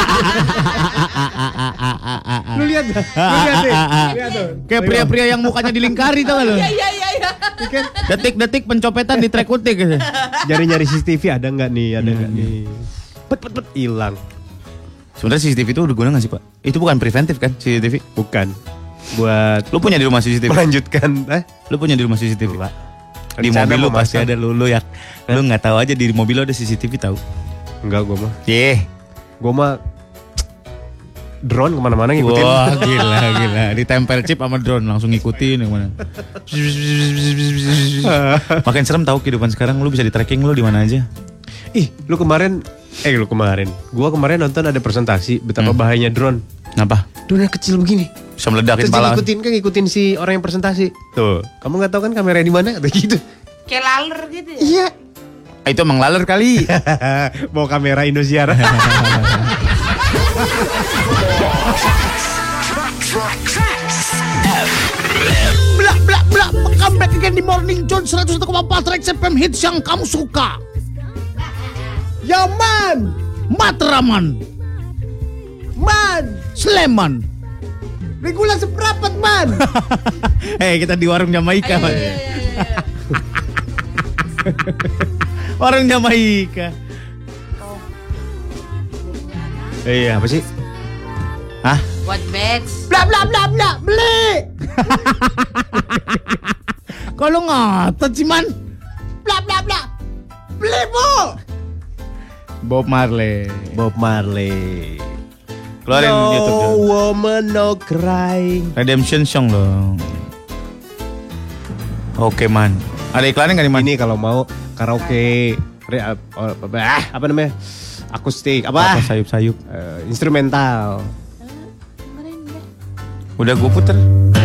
Lu lihat dah. Lihat tuh. Kayak pria-pria yang mukanya dilingkari tau gak lu? Iya. Detik-detik pencopetan di Trek Utik gitu. Nyari-nyari CCTV ada nggak nih? Ada nggak nih? Pet hilang. Sebenarnya CCTV itu udah guna nggak sih Pak? Itu bukan preventif kan CCTV? Bukan. Buat Lu punya di rumah CCTV? melanjutkan. Lu punya di rumah CCTV Pak? Di Rencana mobil lu mau pasti masang. ada lu ya. Lu nggak tahu aja di mobil lu ada CCTV tahu? Enggak, gue mah. Gue mah drone kemana-mana ngikutin. Wah gila. Ditempel chip sama drone langsung ngikutin yang mana. Makin serem tahu kehidupan sekarang, lu bisa di tracking lu di mana aja. Lu kemarin. Gua kemarin nonton ada presentasi betapa bahayanya drone. Kenapa? Drone kecil begini. Bisa meledakin Terus pala. ngikutin si orang yang presentasi. Tuh, kamu nggak tahu kan kamera di mana? Atau gitu. Kayak laler gitu ya? Iya. Itu emang laler kali. Bawa kamera Indosiar. Blak, come back again di Morning John 101,4 Trax FM hits yang kamu suka. Yaman, Matraman, man, Sleman. regulan seprapat man. Kita di warung Jamaika, Pak. Warung Jamaika. Apa sih? Hah? What bets? Bla, beli. Kalau ngotot sih man. Bla, beli bu. Bob Marley. Keluarin No YouTube dong. woman no cry. Redemption Song dong. Oke man. Ada iklannya nggak nih man? Ini kalau mau karaoke, apa namanya? Akustik, Apa sayup-sayup? Instrumental. Udah gue puter.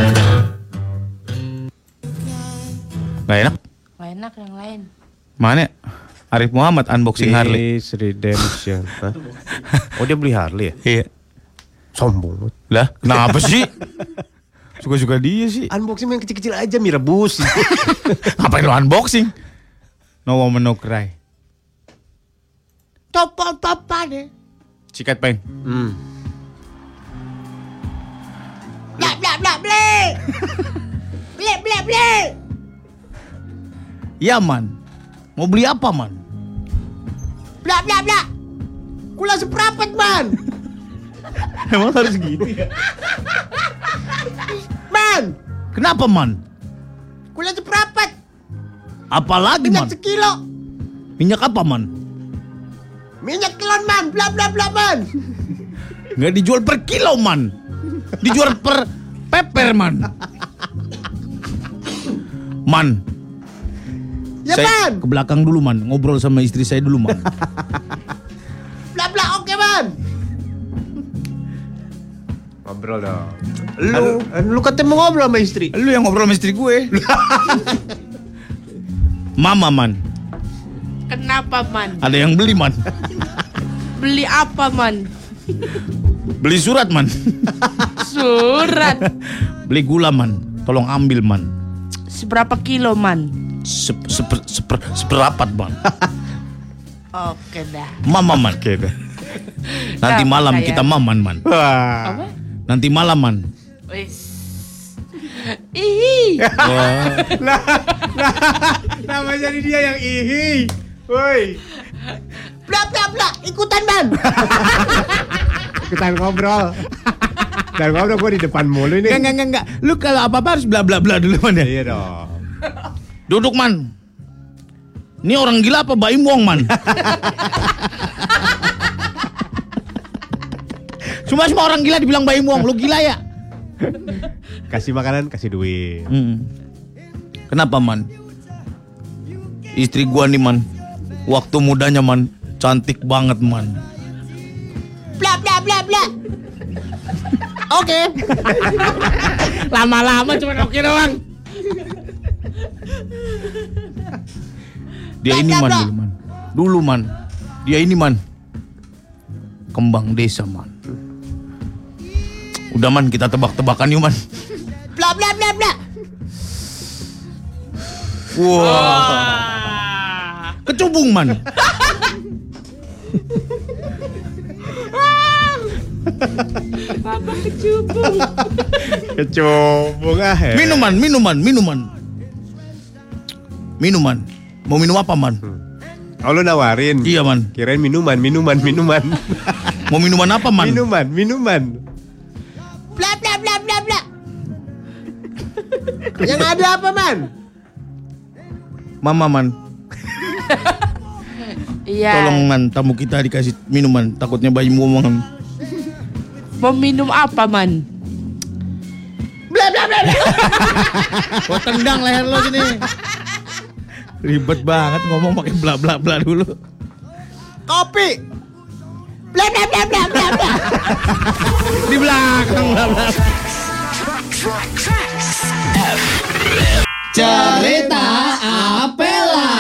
Gak enak. Gak enak yang lain. Mana? Arif Muhammad unboxing Harley. Is Redemption. Hah? Oh, dia beli Harley ya? Iya. Sombong. Lah, kenapa sih? Suka-suka dia sih. Unboxing yang kecil-kecil aja, mie rebus. Ngapain lo unboxing? No woman no cry. Topa deh. Sikat peng. Bla, beli. Beli. Ya man. Mau beli apa man? Bla. Kula seprapat man. Emang harus gitu ya? Man, Kenapa man? kula seprapat. Apalagi man? Minyak sekilo. Minyak apa man? Minyak kelon man. Bla man. Nggak dijual per kilo man. Dijual per peper man. Man. Ya Saya man. ke belakang dulu man. Ngobrol sama istri saya dulu man. Bla, oke man. Ngobrol dong. Lu katanya mau ngobrol sama istri. Lu yang ngobrol sama istri gue. Mama man. Kenapa man? Ada yang beli man. Beli apa man? Beli surat man. Surat. Beli gula man. Tolong ambil man. Seberapa kilo man? Seperapat man. Oke dah. Mama man. Nanti Gak malam percaya. kita maman man. Wah. Apa? Nanti malam man. Wis. Ih. Nama jadi dia yang ihi. Woi. Bla, ikutan man. Kita ngobrol. Dan ngobrol gue di depan mulu ini. Enggak. Lu kalau apa-apa harus bla bla bla dulu man ya. Iya dong. Duduk man. Ini orang gila apa Baim Wong, man? Semua orang gila dibilang Baim Wong. Lu gila ya? Kasih makanan, kasih duit. Kenapa, man? Istri gua nih, man. Waktu mudanya, man, cantik banget, man. Bla bla bla bla. Oke. Lama-lama cuma oke doang. Dia ini, man, dulu, man. Dulu, man. Dia ini, man. Kembang desa, man. Udah, man, kita tebak-tebakan yuk, man. Bla bla bla bla. Wah. Kecubung, man. Apa kecubung? Kecubung ah. Minuman. Mau minum apa, man? Oh, lu nawarin? Iya, man. Kirain minuman. Mau minuman apa, man? Minuman. Bla bla bla bla bla. Yang ada apa, man? Mama, man. Iya. Tolong, man, tamu kita dikasih minuman. Takutnya bayi ngomong. Mau minum apa, man? Bla bla bla bla. Gua tendang leher lo sini. Ribet banget ngomong pakai bla bla bla dulu. Kopi. Bla bla bla bla bla bla. Di belakang bla bla. Cerita Apela.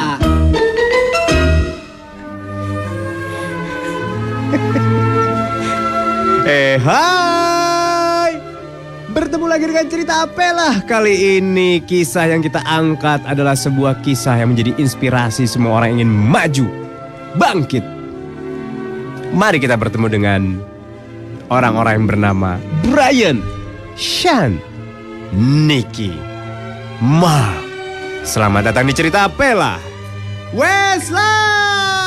Hai. Bertemu lagi dengan cerita Apela. Kali ini kisah yang kita angkat adalah sebuah kisah yang menjadi inspirasi semua orang yang ingin maju, bangkit. Mari kita bertemu dengan orang-orang yang bernama Brian, Sean, Nicky, Mark. Selamat datang di cerita Apela. Wesley.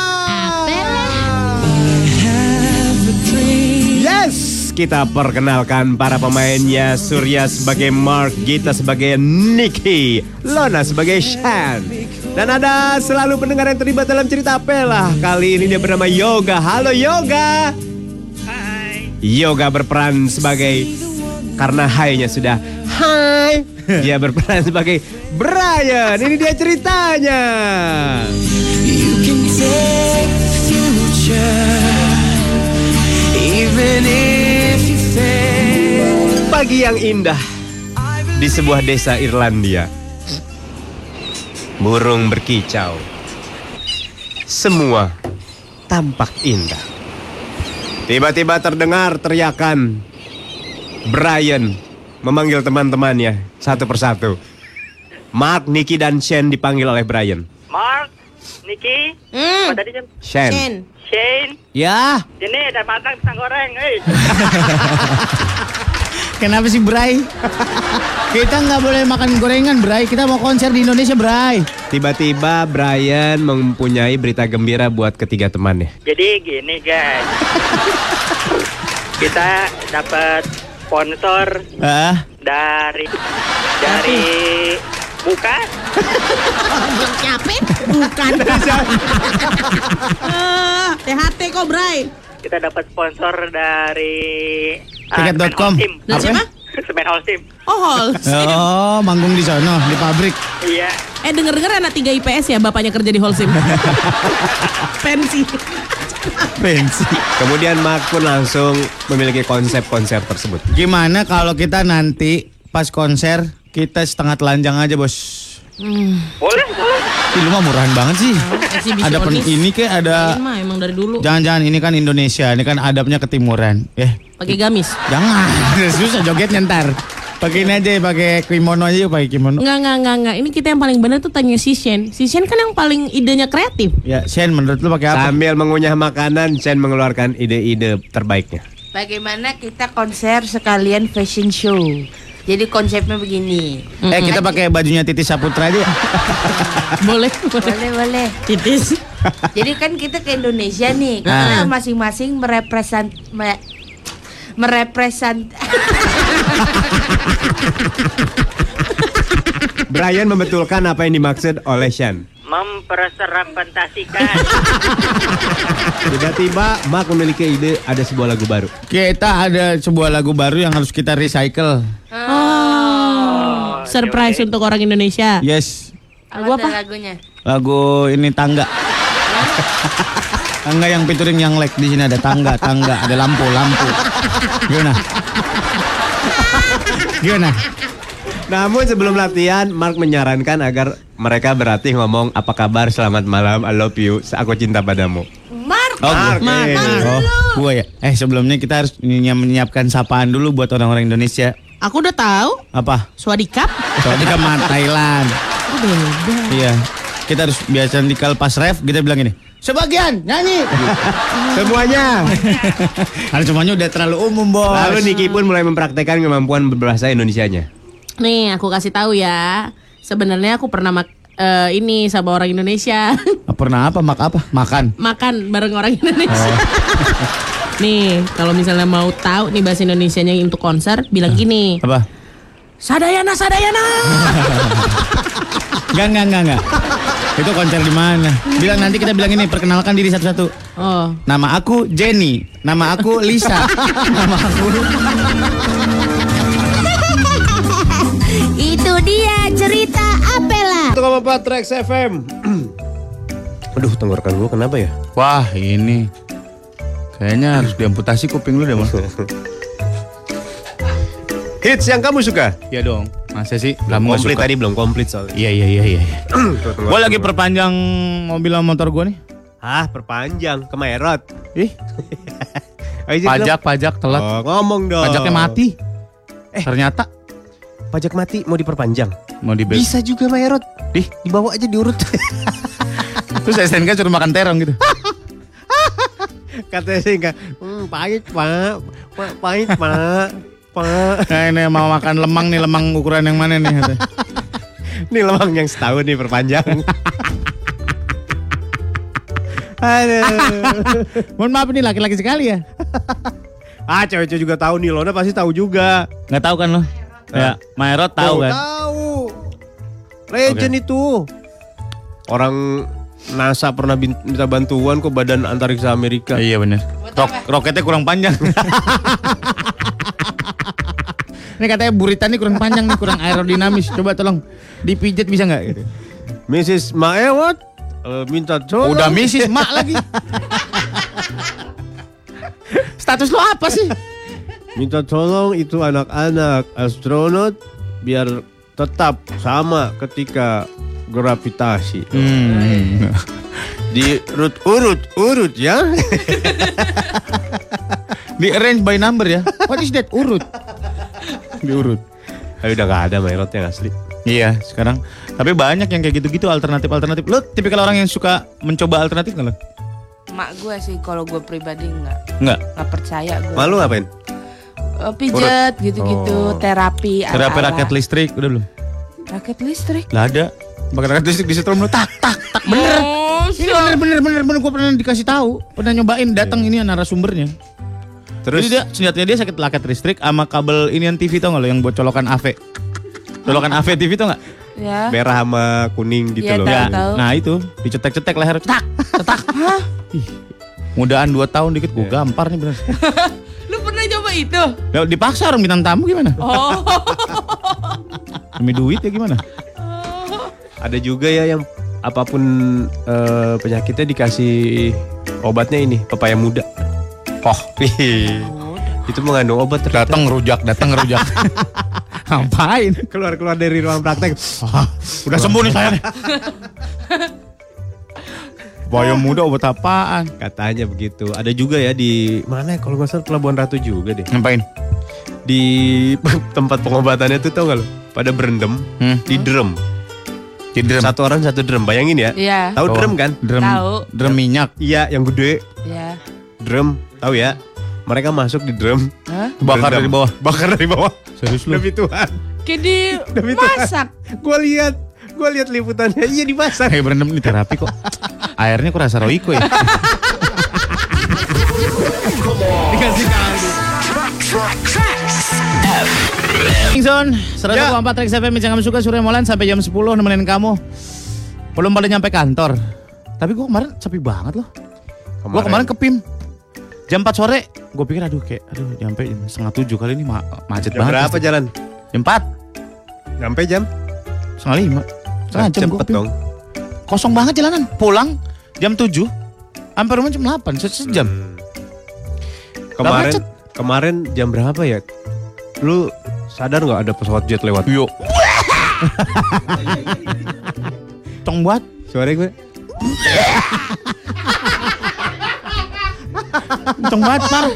Yes, kita perkenalkan para pemainnya. Surya sebagai Mark, Gita sebagai Nicky, Lona sebagai Sean. Dan ada selalu pendengar yang terlibat dalam cerita Apela. Kali ini dia bernama Yoga. Halo Yoga. Hai. Yoga berperan sebagai, karena hai-nya sudah hai, dia berperan sebagai Brian. Ini dia ceritanya. You can take the future. Pagi yang indah di sebuah desa Irlandia. Burung berkicau. Semua tampak indah. Tiba-tiba terdengar teriakan. Brian memanggil teman-temannya satu persatu. Mark, Nicky, dan Shane dipanggil oleh Brian. Mark, Nicky, apa tadi Jen? Shane. Shane, Ya. ini udah matang pisang goreng, Kenapa sih, Bray? Kita nggak boleh makan gorengan, Bray. Kita mau konser di Indonesia, Bray. Tiba-tiba Brian mempunyai berita gembira buat ketiga temannya. Jadi gini guys, kita dapat sponsor dari bukan? Siapa? Bukan. THT kok, Bray. Kita dapat sponsor dari Tiket.com. Dan siapa? Semen Holcim. Oh, Holcim. Oh, manggung di sono, di pabrik. Iya. Denger-dengar anak 3 IPS ya, bapaknya kerja di Holcim. Pensi. Kemudian Mark pun langsung memiliki konsep konser tersebut. Gimana kalau kita nanti pas konser kita setengah telanjang aja, Bos? Boleh. Ih, lu mah murahan banget sih. Ada ini kayak ada. Mah emang dari dulu. Jangan-jangan ini kan Indonesia, ini kan adabnya ketimuran. Pakai gamis. Jangan, susah jogetnya ntar. Pakai ini aja, pakai kimono aja, pakai kimono. Enggak. Ini kita yang paling benar tuh tanya si Shen. Si Shen kan yang paling idenya kreatif. Ya, Shen, menurut lu pakai apa? Sambil mengunyah makanan, Shane mengeluarkan ide-ide terbaiknya. Bagaimana kita konser sekalian fashion show? Jadi konsepnya begini. Kita pakai bajunya Titis Saputra aja. Boleh. Boleh. Titis. Jadi kan kita ke Indonesia nih, karena masing-masing merepresent. Brian membetulkan apa yang dimaksud oleh Sean. memperserampentasikan. Tiba-tiba Mark memiliki ide ada sebuah lagu baru. Kita ada sebuah lagu baru yang harus kita recycle. Surprise untuk orang Indonesia. Yes. Lagu apa? Lagunya? Lagu ini tangga. Tangga yang featuring yang like di sini ada tangga, ada lampu. Gimana? Namun sebelum latihan, Mark menyarankan agar mereka berlatih ngomong apa kabar, selamat malam, I love you, aku cinta padamu. Mark. Mark. Oh, Gua ya. Sebelumnya kita harus menyiapkan sapaan dulu buat orang-orang Indonesia. Aku udah tahu. Apa? Swadikap. Soalnya kan mah Thailand. Beda. Iya. Kita harus biasa dikal pas ref kita bilang ini. Sebagian nyanyi. Semuanya. Karena semuanya udah terlalu umum, Bos. Lalu Niki pun mulai mempraktekkan kemampuan berbahasa Indonesianya. Nih, aku kasih tahu ya. Sebenarnya aku pernah ini sama orang Indonesia. Pernah apa? Makan. Makan bareng orang Indonesia. Nih, kalau misalnya mau tahu nih bahasa Indonesianya untuk konser, bilang gini. Apa? Sadayana. Enggak. Itu konser di mana? Bilang nanti kita bilang ini, perkenalkan diri satu-satu. Oh. Nama aku Jenny, nama aku Lisa, nama aku. Itu dia cerita Apela. 1,4 Trax FM. Aduh, tenggorokan gue kenapa ya? Wah, ini kayaknya harus diamputasi kuping lu deh, Mas. Hits yang kamu suka? Iya dong. Masa sih kamu nggak Komplit suka? tadi belum komplit soalnya. Iya. Gue lagi perpanjang mobil sama motor gue nih. Perpanjang ke Maerot. Ih, pajak telat. Oh, ngomong dong. Pajaknya mati. Ternyata Pajak mati mau diperpanjang. mau dibeli. Bisa juga Maerot. Dibawa aja diurut. Terus SNK suruh makan terong gitu. Katanya sih enggak. Pahit, Pak. Pahit, Pak. Nah, ini mau makan lemang nih, lemang ukuran yang mana nih? Ini lemang yang setahun nih perpanjang. Aduh. Mohon maaf nih laki-laki sekali ya. Cewek-cewek juga tahu nih, Lona pasti tahu juga. Nggak tahu kan lo? Ya, Maerot tahu kan? Tahu. Legend itu. Orang NASA pernah minta bantuan ke Badan Antariksa Amerika. Iya benar. Roketnya kurang panjang. Ini katanya buritannya kurang panjang nih, kurang aerodinamis. Coba tolong dipijat bisa nggak? Gitu. Mrs. Maewat minta tolong. Udah Mrs. Mak lagi. Status lo apa sih? Minta tolong itu anak-anak astronot biar tetap sama ketika gravitasi. Diurut ya. Di arrange by number ya. What is that? Urut. Diurut. Tapi udah gak ada Maerotnya asli. Iya sekarang. Tapi banyak yang kayak gitu-gitu alternatif. Lo tipikal orang yang suka mencoba alternatif nggak lo? Mak gue sih kalau gue pribadi Nggak. nggak percaya gue. Malu ngapain? Pijet gitu-gitu, terapi ala-ala. Raket listrik udah belum? Raket listrik. Lah ada. Pakai raket listrik disetrum lo tak. Bener. Ini bener gue pernah dikasih tahu, pernah nyobain datang ini narasumbernya. Terus jadi senjatanya dia sakit raket listrik sama kabel inian TV tau nggak lo yang buat colokan AV. Colokan AV TV tau nggak? Ya. merah sama kuning gitu Iya, loh. tahu. Nah itu dicetek-cetek leher, cetak. Hah? Mudaan 2 tahun dikit gue gampar nih bener. Lu pernah coba itu? Ya, dipaksa orang bintang tamu gimana? Oh. Demi duit ya gimana? Ada juga ya yang apapun penyakitnya dikasih obatnya ini pepaya muda. Itu mengandung obat ternyata. Datang ngerujak. Ngapain? Keluar dari ruang praktek. Udah sembuh nih saya nih. Pepaya muda obat apaan? Katanya begitu. Ada juga ya di mana ya kalau nggak salah Pelabuhan Ratu juga deh. Ngapain? Di tempat pengobatannya tuh tau gak lo? Pada berendam di drum. Di drum. Satu orang satu drum. Bayangin ya. Iya. Tahu drum kan? Tahu. Drum minyak. Iya, yang gede. Iya. Drum, tahu ya? Mereka masuk di drum. Hah? Bakar dari bawah. Bakar dari bawah. Serius lu? Demi Tuhan. Kayak di masak. Gue lihat liputannya. Iya dimasak. Kayak berendam ini terapi kok. Airnya kok rasa Royco ya. Dikasih kaldu. Zone 104 Trax FM yang kamu suka Surya Molan sampai jam 10 nemenin kamu. Belum pada nyampe kantor. Tapi gue kemarin sepi banget loh. Gue kemarin ke PIM jam 4 sore. Gue pikir aduh nyampe jam 6:30 kali ini macet jam banget. Berapa jalan? Jam 4. Nyampe jam? 4:30. Setengah jam gue PIM. Kosong banget jalanan. Pulang jam 7. Sampai rumah jam 8. Sejam. Kemarin jam berapa ya? Lu sadar gak ada pesawat jet lewat? Yuk. Tong buat. Suara gue. Tong buat par.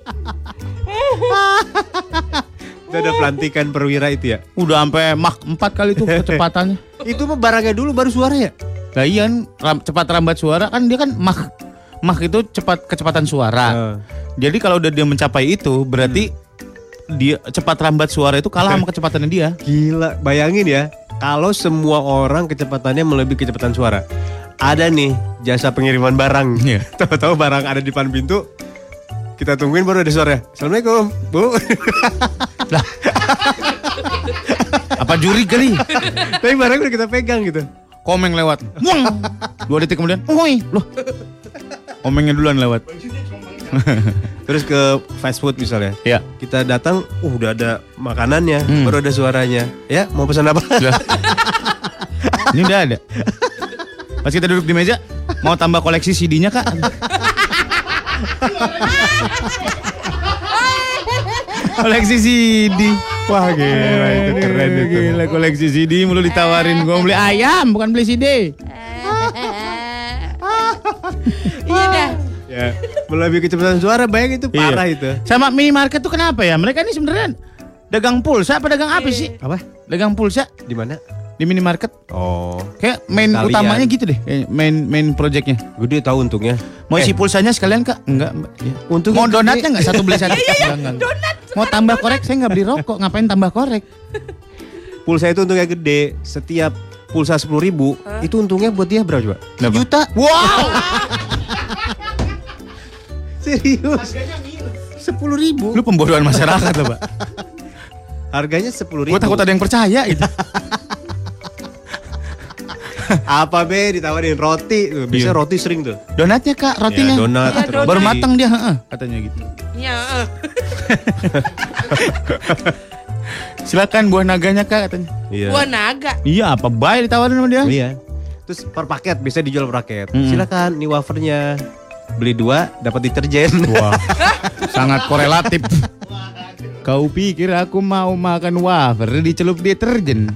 Udah ada pelantikan perwira itu ya? Udah sampai Mach 4 kali tuh kecepatannya. Itu mah barangnya dulu baru suara ya? Lah iya cepat rambat suara kan dia kan Mach itu kecepatan suara. Jadi kalau udah dia mencapai itu berarti dia cepat rambat suara itu kalah sama kecepatannya dia. Gila, bayangin ya. Kalau semua orang kecepatannya melebihi kecepatan suara. Ada nih jasa pengiriman barang. Yeah. Tahu-tahu barang ada di depan pintu. Kita tungguin baru ada suara. Assalamualaikum, Bu. Lah. Apa juri kali? Tapi barang udah kita pegang gitu. Komeng lewat. 2 detik kemudian. Loh. Komengnya duluan lewat. Terus ke fast food misalnya. Ya. Kita datang, udah ada makanannya, baru ada suaranya. Ya, mau pesan apa? Ini udah ada. Pas kita duduk di meja, mau tambah koleksi CD-nya Kak? Koleksi CD. Wah gila itu keren itu. Gila koleksi CD mulu ditawarin. Gue beli ayam bukan beli CD. Iya dah. Ya, melebihi kecepatan suara bayang itu parah itu. Sama minimarket tuh kenapa ya? Mereka ini sebenarnya dagang pulsa apa dagang apa sih? Apa? Dagang pulsa. Di mana? Di minimarket. Oh. Kayak main Italian. Utamanya gitu deh. Main projectnya. Gede tahu untungnya. Mau isi pulsanya sekalian Kak? Enggak Mbak. Ya. Untungnya mau donatnya enggak? Satu beli satu. Iya, donat. Mau tambah korek? Saya enggak beli rokok. Ngapain tambah korek? Pulsa itu untungnya gede. Setiap pulsa 10.000 itu untungnya buat dia berapa coba? 1 juta. Wow. Serius? 10.000. Lu pembodohan masyarakat loh Pak. Harganya 10.000. Gue takut ada yang percaya itu. Apa be ditawarin roti tuh. Bisa roti sering tuh. Donatnya Kak, rotinya. Ya, donat. Ya, baru matang dia, katanya gitu. Iya. Silakan buah naganya Kak katanya. Iya. Buah naga. Iya, apa baik ditawarin sama dia? Iya. Terus per paket bisa dijual per paket. Silakan nih wafernya. Beli 2 dapat deterjen. Wah. Sangat korelatif. Kau pikir aku mau makan wafer dicelup deterjen?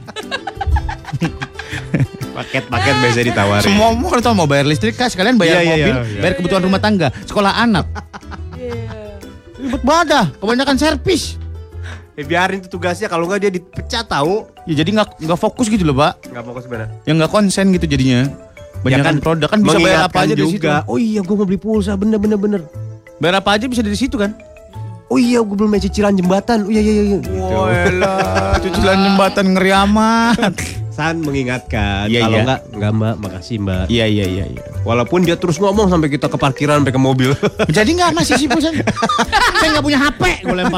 Paket-paket biasa ditawarin. Semua mau bayar listrik Kak, sekalian bayar mobil, bayar kebutuhan rumah tangga, sekolah anak. Ribet banget dah, kebanyakan servis. Biarin itu tugasnya, kalau nggak dia dipecat tahu. Ya jadi nggak fokus gitu loh Pak. Nggak fokus benar. Yang nggak konsen gitu jadinya. Banyakan produk kan bisa bayar apa aja di situ. Oh iya, gue mau beli pulsa, bener. Bayar apa aja bisa dari situ kan? Oh iya, gue belum cicilan jembatan. Oh iya. Gitu. Walah, cicilan jembatan ngeri amat. San mengingatkan, Iya, kalau iya. enggak Mbak, makasih Mbak. Iya. Walaupun dia terus ngomong sampai kita ke parkiran, sampai ke mobil. Jadi nggak masih sih pulsanya? Saya nggak punya HP, gue lempar.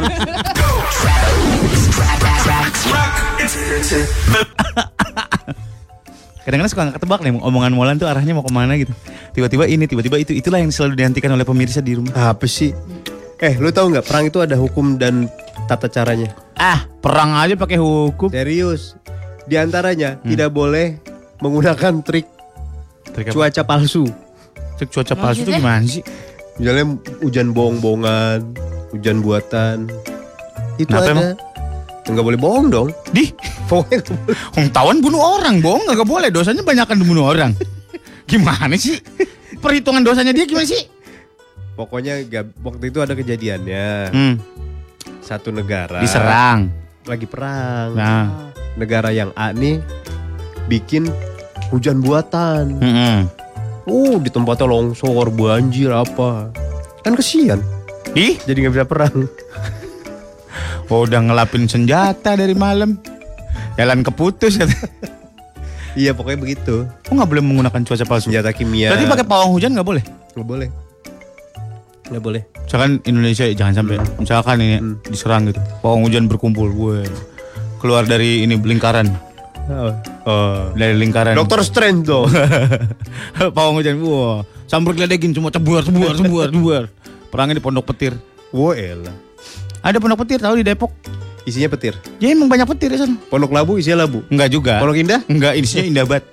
Kadang-kadang suka nggak ketebak nih omongan Molan tuh arahnya mau kemana gitu. Tiba-tiba ini, tiba-tiba itu. Itulah yang selalu dinantikan oleh pemirsa di rumah. Apa sih? Lu tahu nggak perang itu ada hukum dan tata caranya? Perang aja pakai hukum. Serius. Di antaranya tidak boleh menggunakan trik cuaca palsu. Trik cuaca palsu itu gimana sih? Misalnya hujan bohong-bohongan, hujan buatan. Itu Kenapa ada. emang? Nggak boleh bohong dong. Pokoknya nggak boleh. Tawan bunuh orang, bohong nggak boleh. Dosanya banyakan bunuh orang. Gimana sih? Perhitungan dosanya dia gimana sih? Pokoknya waktu itu ada kejadiannya. Satu negara Diserang. lagi perang. Nah. Negara yang A nih bikin hujan buatan. Di tempatnya longsor, banjir apa. Kan kesian. Jadi nggak bisa perang. Udah ngelapin senjata dari malam. Jalan keputus. Iya pokoknya begitu. Kok nggak boleh menggunakan cuaca palsu? Senjata kimia. Berarti pakai pawang hujan nggak boleh? Nggak boleh. Misalkan Indonesia jangan sampai. Misalkan ini diserang gitu. Pawang hujan berkumpul. Keluar dari ini lingkaran. Dari lingkaran. Dokter Strange dong. Pawang hujan. Wah, sambar geledekin semua cebuar. Perangnya di Pondok Petir. Wah, elah. Ada Pondok Petir tahu di Depok. Isinya petir. Ya emang banyak petir di sana. Pondok Labu isinya labu. Enggak juga. Pondok Indah? Enggak, isinya indah banget.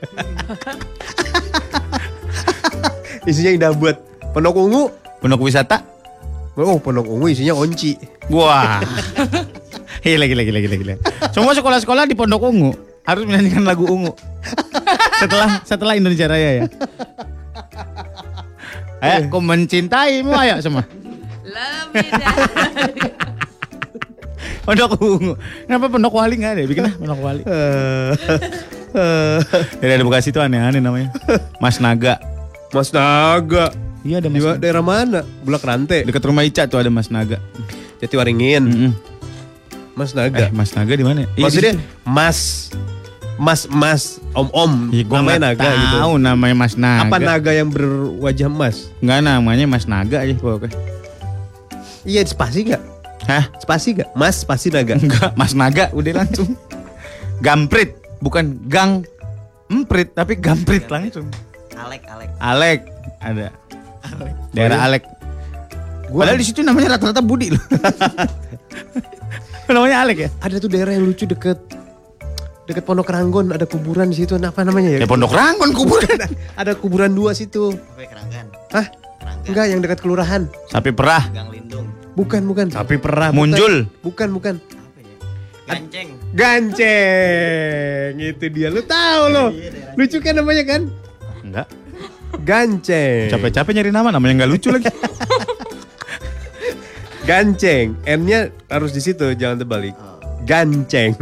Isinya indah buat. Pondok Ungu? Pondok wisata? Oh, Pondok Ungu isinya onci. Wah. Gila. Semua sekolah-sekolah di Pondok Ungu harus menyanyikan lagu Ungu. Setelah Indonesia Raya ya. Ayo, aku mencintaimu, ayo semua. Lebih dari. Pondok Ungu. Kenapa Pondok Wali enggak ada? Bikin Pondok Wali. Dari ada Bekasi itu aneh-aneh namanya. Mas Naga. Mas Naga. Iya ada Mas Di Naga. daerah mana? Bulak Rante. Dekat rumah Ica tuh ada Mas Naga. Jatiwaringin. Mas Naga. Mas Naga di mana? Maksudnya Mas, Om. Ya, gua namanya nggak Naga gitu. tahu namanya Mas Naga. Apa naga yang berwajah emas? Enggak, namanya Mas Naga aja pokoknya. Iya, spasi enggak? Hah? Spasi enggak? Mas spasi naga. Enggak, Mas Naga udah langsung. Gamprit, bukan Gang Emprit tapi Gamprit langsung. Alek ada. Daerah Alek. Padahal di situ namanya rata-rata Budi loh. Namanya Alek ya? Ada tuh daerah yang lucu deket Pondok Ranggon, ada kuburan di situ. Apa namanya ya? Ya Pondok Ranggon kuburan. Ada kuburan 2 situ. Sampai Keranggan. Hah? Enggak, yang dekat kelurahan. Sapi perah. Gang Lindung. Bukan. Sapi perah. Munjul. Bukan. Apa ya? Ganceng. Ganceng. Itu dia. Lu tahu lo. Lucu kan namanya kan? Enggak. Ganceng. Capek-capek nyari namanya enggak lucu lagi. Ganceng. N-nya harus di situ, jangan terbalik. Ganceng.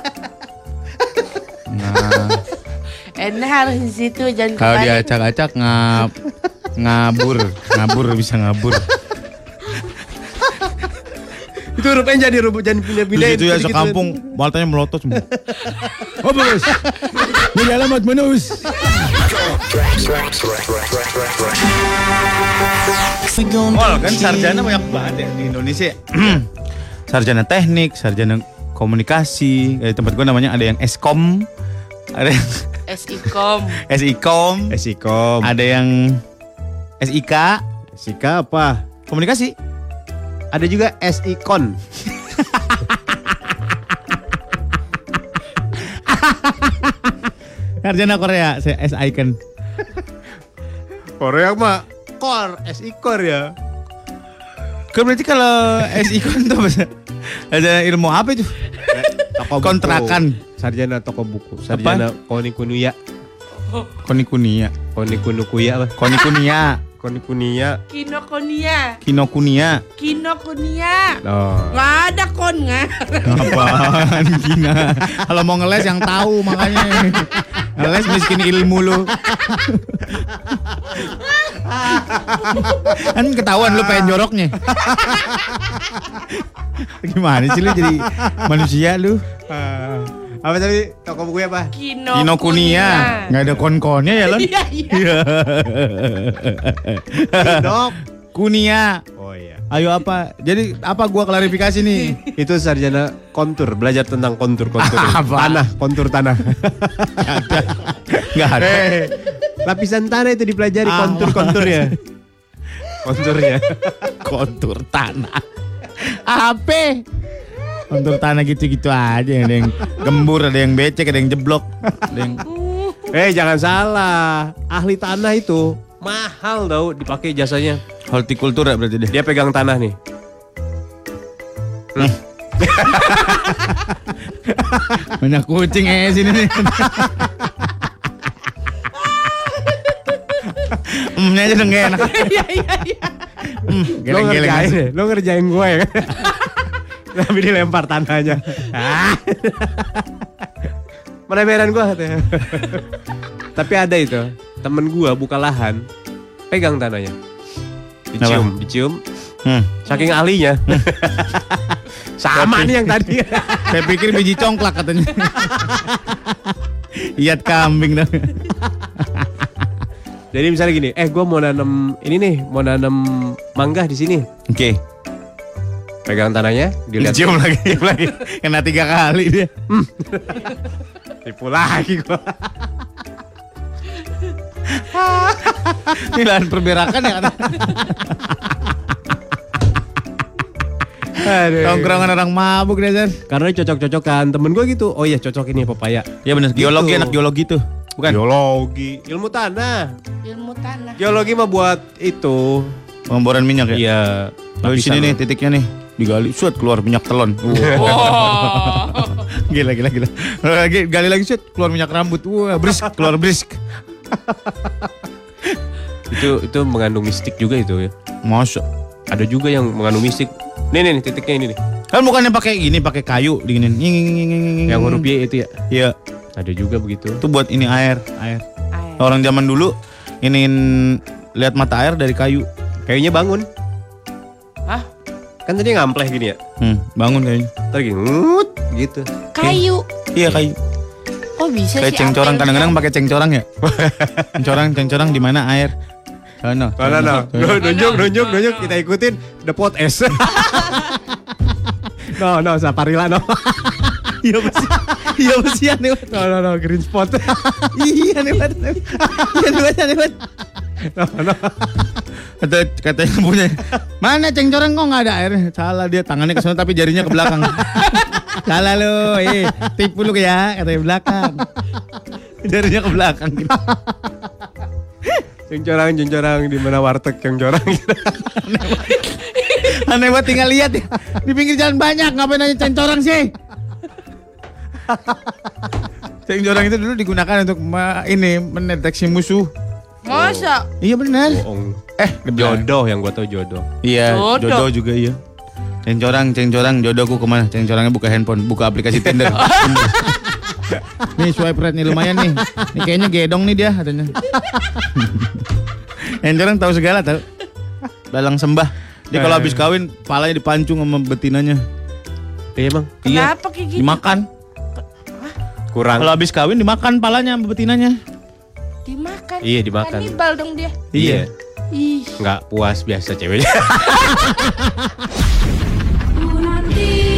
Nah, Enak harus di situ, jangan kalau kebalik. diacak-acak ngabur bisa ngabur. Itu huruf N jadi huruf jangan pindah-pindah. Terus itu ya sekampung baltanya melotot semua. Oh bos, ini alamat menus. Wah kan sarjana banyak banget ya di Indonesia. Sarjana teknik, sarjana komunikasi. Di tempat gue namanya ada yang Eskom, ada yang SIKOM. Esikom. ada yang SIK, Sika apa? komunikasi. Ada juga SIKON. Sarjana Korea, S-Icon. Korea mah Kor, SIKOR ya. Berarti kalau S-Icon tuh ada ilmu apa itu? Toko buku. Kontrakan. Sarjana toko buku. Sarjana Konikunuya. Konikunia. Konikunukuya apa? Konikunia. Konikunia. Kinokuniya. Kinokunia. Oh. Nggak ada kon nggak. Apaan Kina? Kalau mau ngeles yang tahu makanya. Ngeles miskin ilmu lu. Kan ketahuan lu pengen joroknya. Gimana sih lu jadi manusia lu? Apa tadi toko buku apa? Kinokuniya. Nggak ada kon-konnya ya Lon? Iya. Dok. Kunia. Oh iya. Ayo apa? Jadi apa gua klarifikasi nih? Itu sarjana kontur, belajar tentang kontur. Apa? Tanah, kontur tanah. Nggak ada. Lapisan tanah itu dipelajari konturnya. Konturnya. Kontur tanah. Apa? Kontur tanah gitu-gitu aja. Ada yang gembur, ada yang becek, ada yang jeblok. Ada yang... Jangan salah. Ahli tanah itu mahal tau dipakai jasanya. Hortikultura berarti deh. Dia pegang tanah nih. Banyak kucing sini nih. Ini aja dong gak enak. Geleng-geleng. Lo ngerjain gue ya. Tapi dilempar tanahnya. Meremeran gue katanya. Tapi ada itu. Temen gue buka lahan. Pegang tanahnya. Dicium. Saking ahlinya. Sama nih yang tadi. Saya pikir biji congklak katanya. Iat kambing dong. Jadi misalnya gini, gue mau nanam ini nih, mau nanam mangga di sini. Oke. Pegang tanahnya, dilihat. Dicium lagi. Kena 3 kali dia. Tipu lagi gua. Ini lahan perberakan ya kata. Tongkrongan orang mabuk deh, San. Karena cocok-cocokan temen gue gitu. Oh iya cocok ini pepaya. Ya benar, geologi Gitu. anak geologi tuh. Bukan? Geologi, ilmu tanah. Ilmu tanah. Geologi mah buat itu. Pengeboran minyak ya? Iya. Oh, di sini nih titiknya nih. Digali, suat keluar minyak telon. Gila. Gali lagi suat keluar minyak rambut. Wah, keluar brisk. Itu mengandung mistik juga itu ya. Masa? Ada juga yang mengandung mistik. Nih titiknya ini nih. Kan bukannya pakai kayu diginin. Yang huruf Y itu ya. Iya. Ada juga begitu. Itu buat ini air. Orang zaman dulu lihat mata air dari kayu. Kayunya bangun. Hah? Kan tadi ngampleh gini ya. Bangun kayaknya. Tadi ngut gitu. Kayu. Iya kayu. Oh bisa Kayak sih. cengcorang, kadang-kadang pakai cengcorang ya. cengcorang di mana air. Sana. Nunjuk kita ikutin The Pot S. No, Saparilla no. Iya pasti aneh banget. No, green spot. Iya aneh banget. No. Katanya punya. Mana cengcorang kok nggak ada air? Salah dia tangannya ke sana tapi jarinya ke belakang. Salah lu, tipu lu ya katanya belakang. Jarinya ke belakang. Cengcorang di mana warteg cengcorang. Aneh banget tinggal lihat ya. Di pinggir jalan banyak, ngapain nanya cengcorang sih? Cengcorang itu dulu digunakan untuk mendeteksi musuh. Masa? Iya benar. Bohong. Jodoh. Yang gua tahu jodoh. Iya, Jodoh. jodoh juga iya. Cengcorang, jodohku kemana? Cengcorangnya buka handphone, buka aplikasi Tinder. Nih swipe right nih lumayan nih. Nih kayaknya gedong nih dia katanya. Cengcorang tahu segala tahu. Dalang sembah. Dia kalau habis kawin, palanya dipancung sama betinanya. Iya bang. Kenapa kayak gitu? Dimakan. Kurang. Kalau habis kawin dimakan palanya sama betinanya. Dimakan. Iya, dimakan. Kanibal dong dia. Iya. Ih. Nggak puas biasa ceweknya. Nanti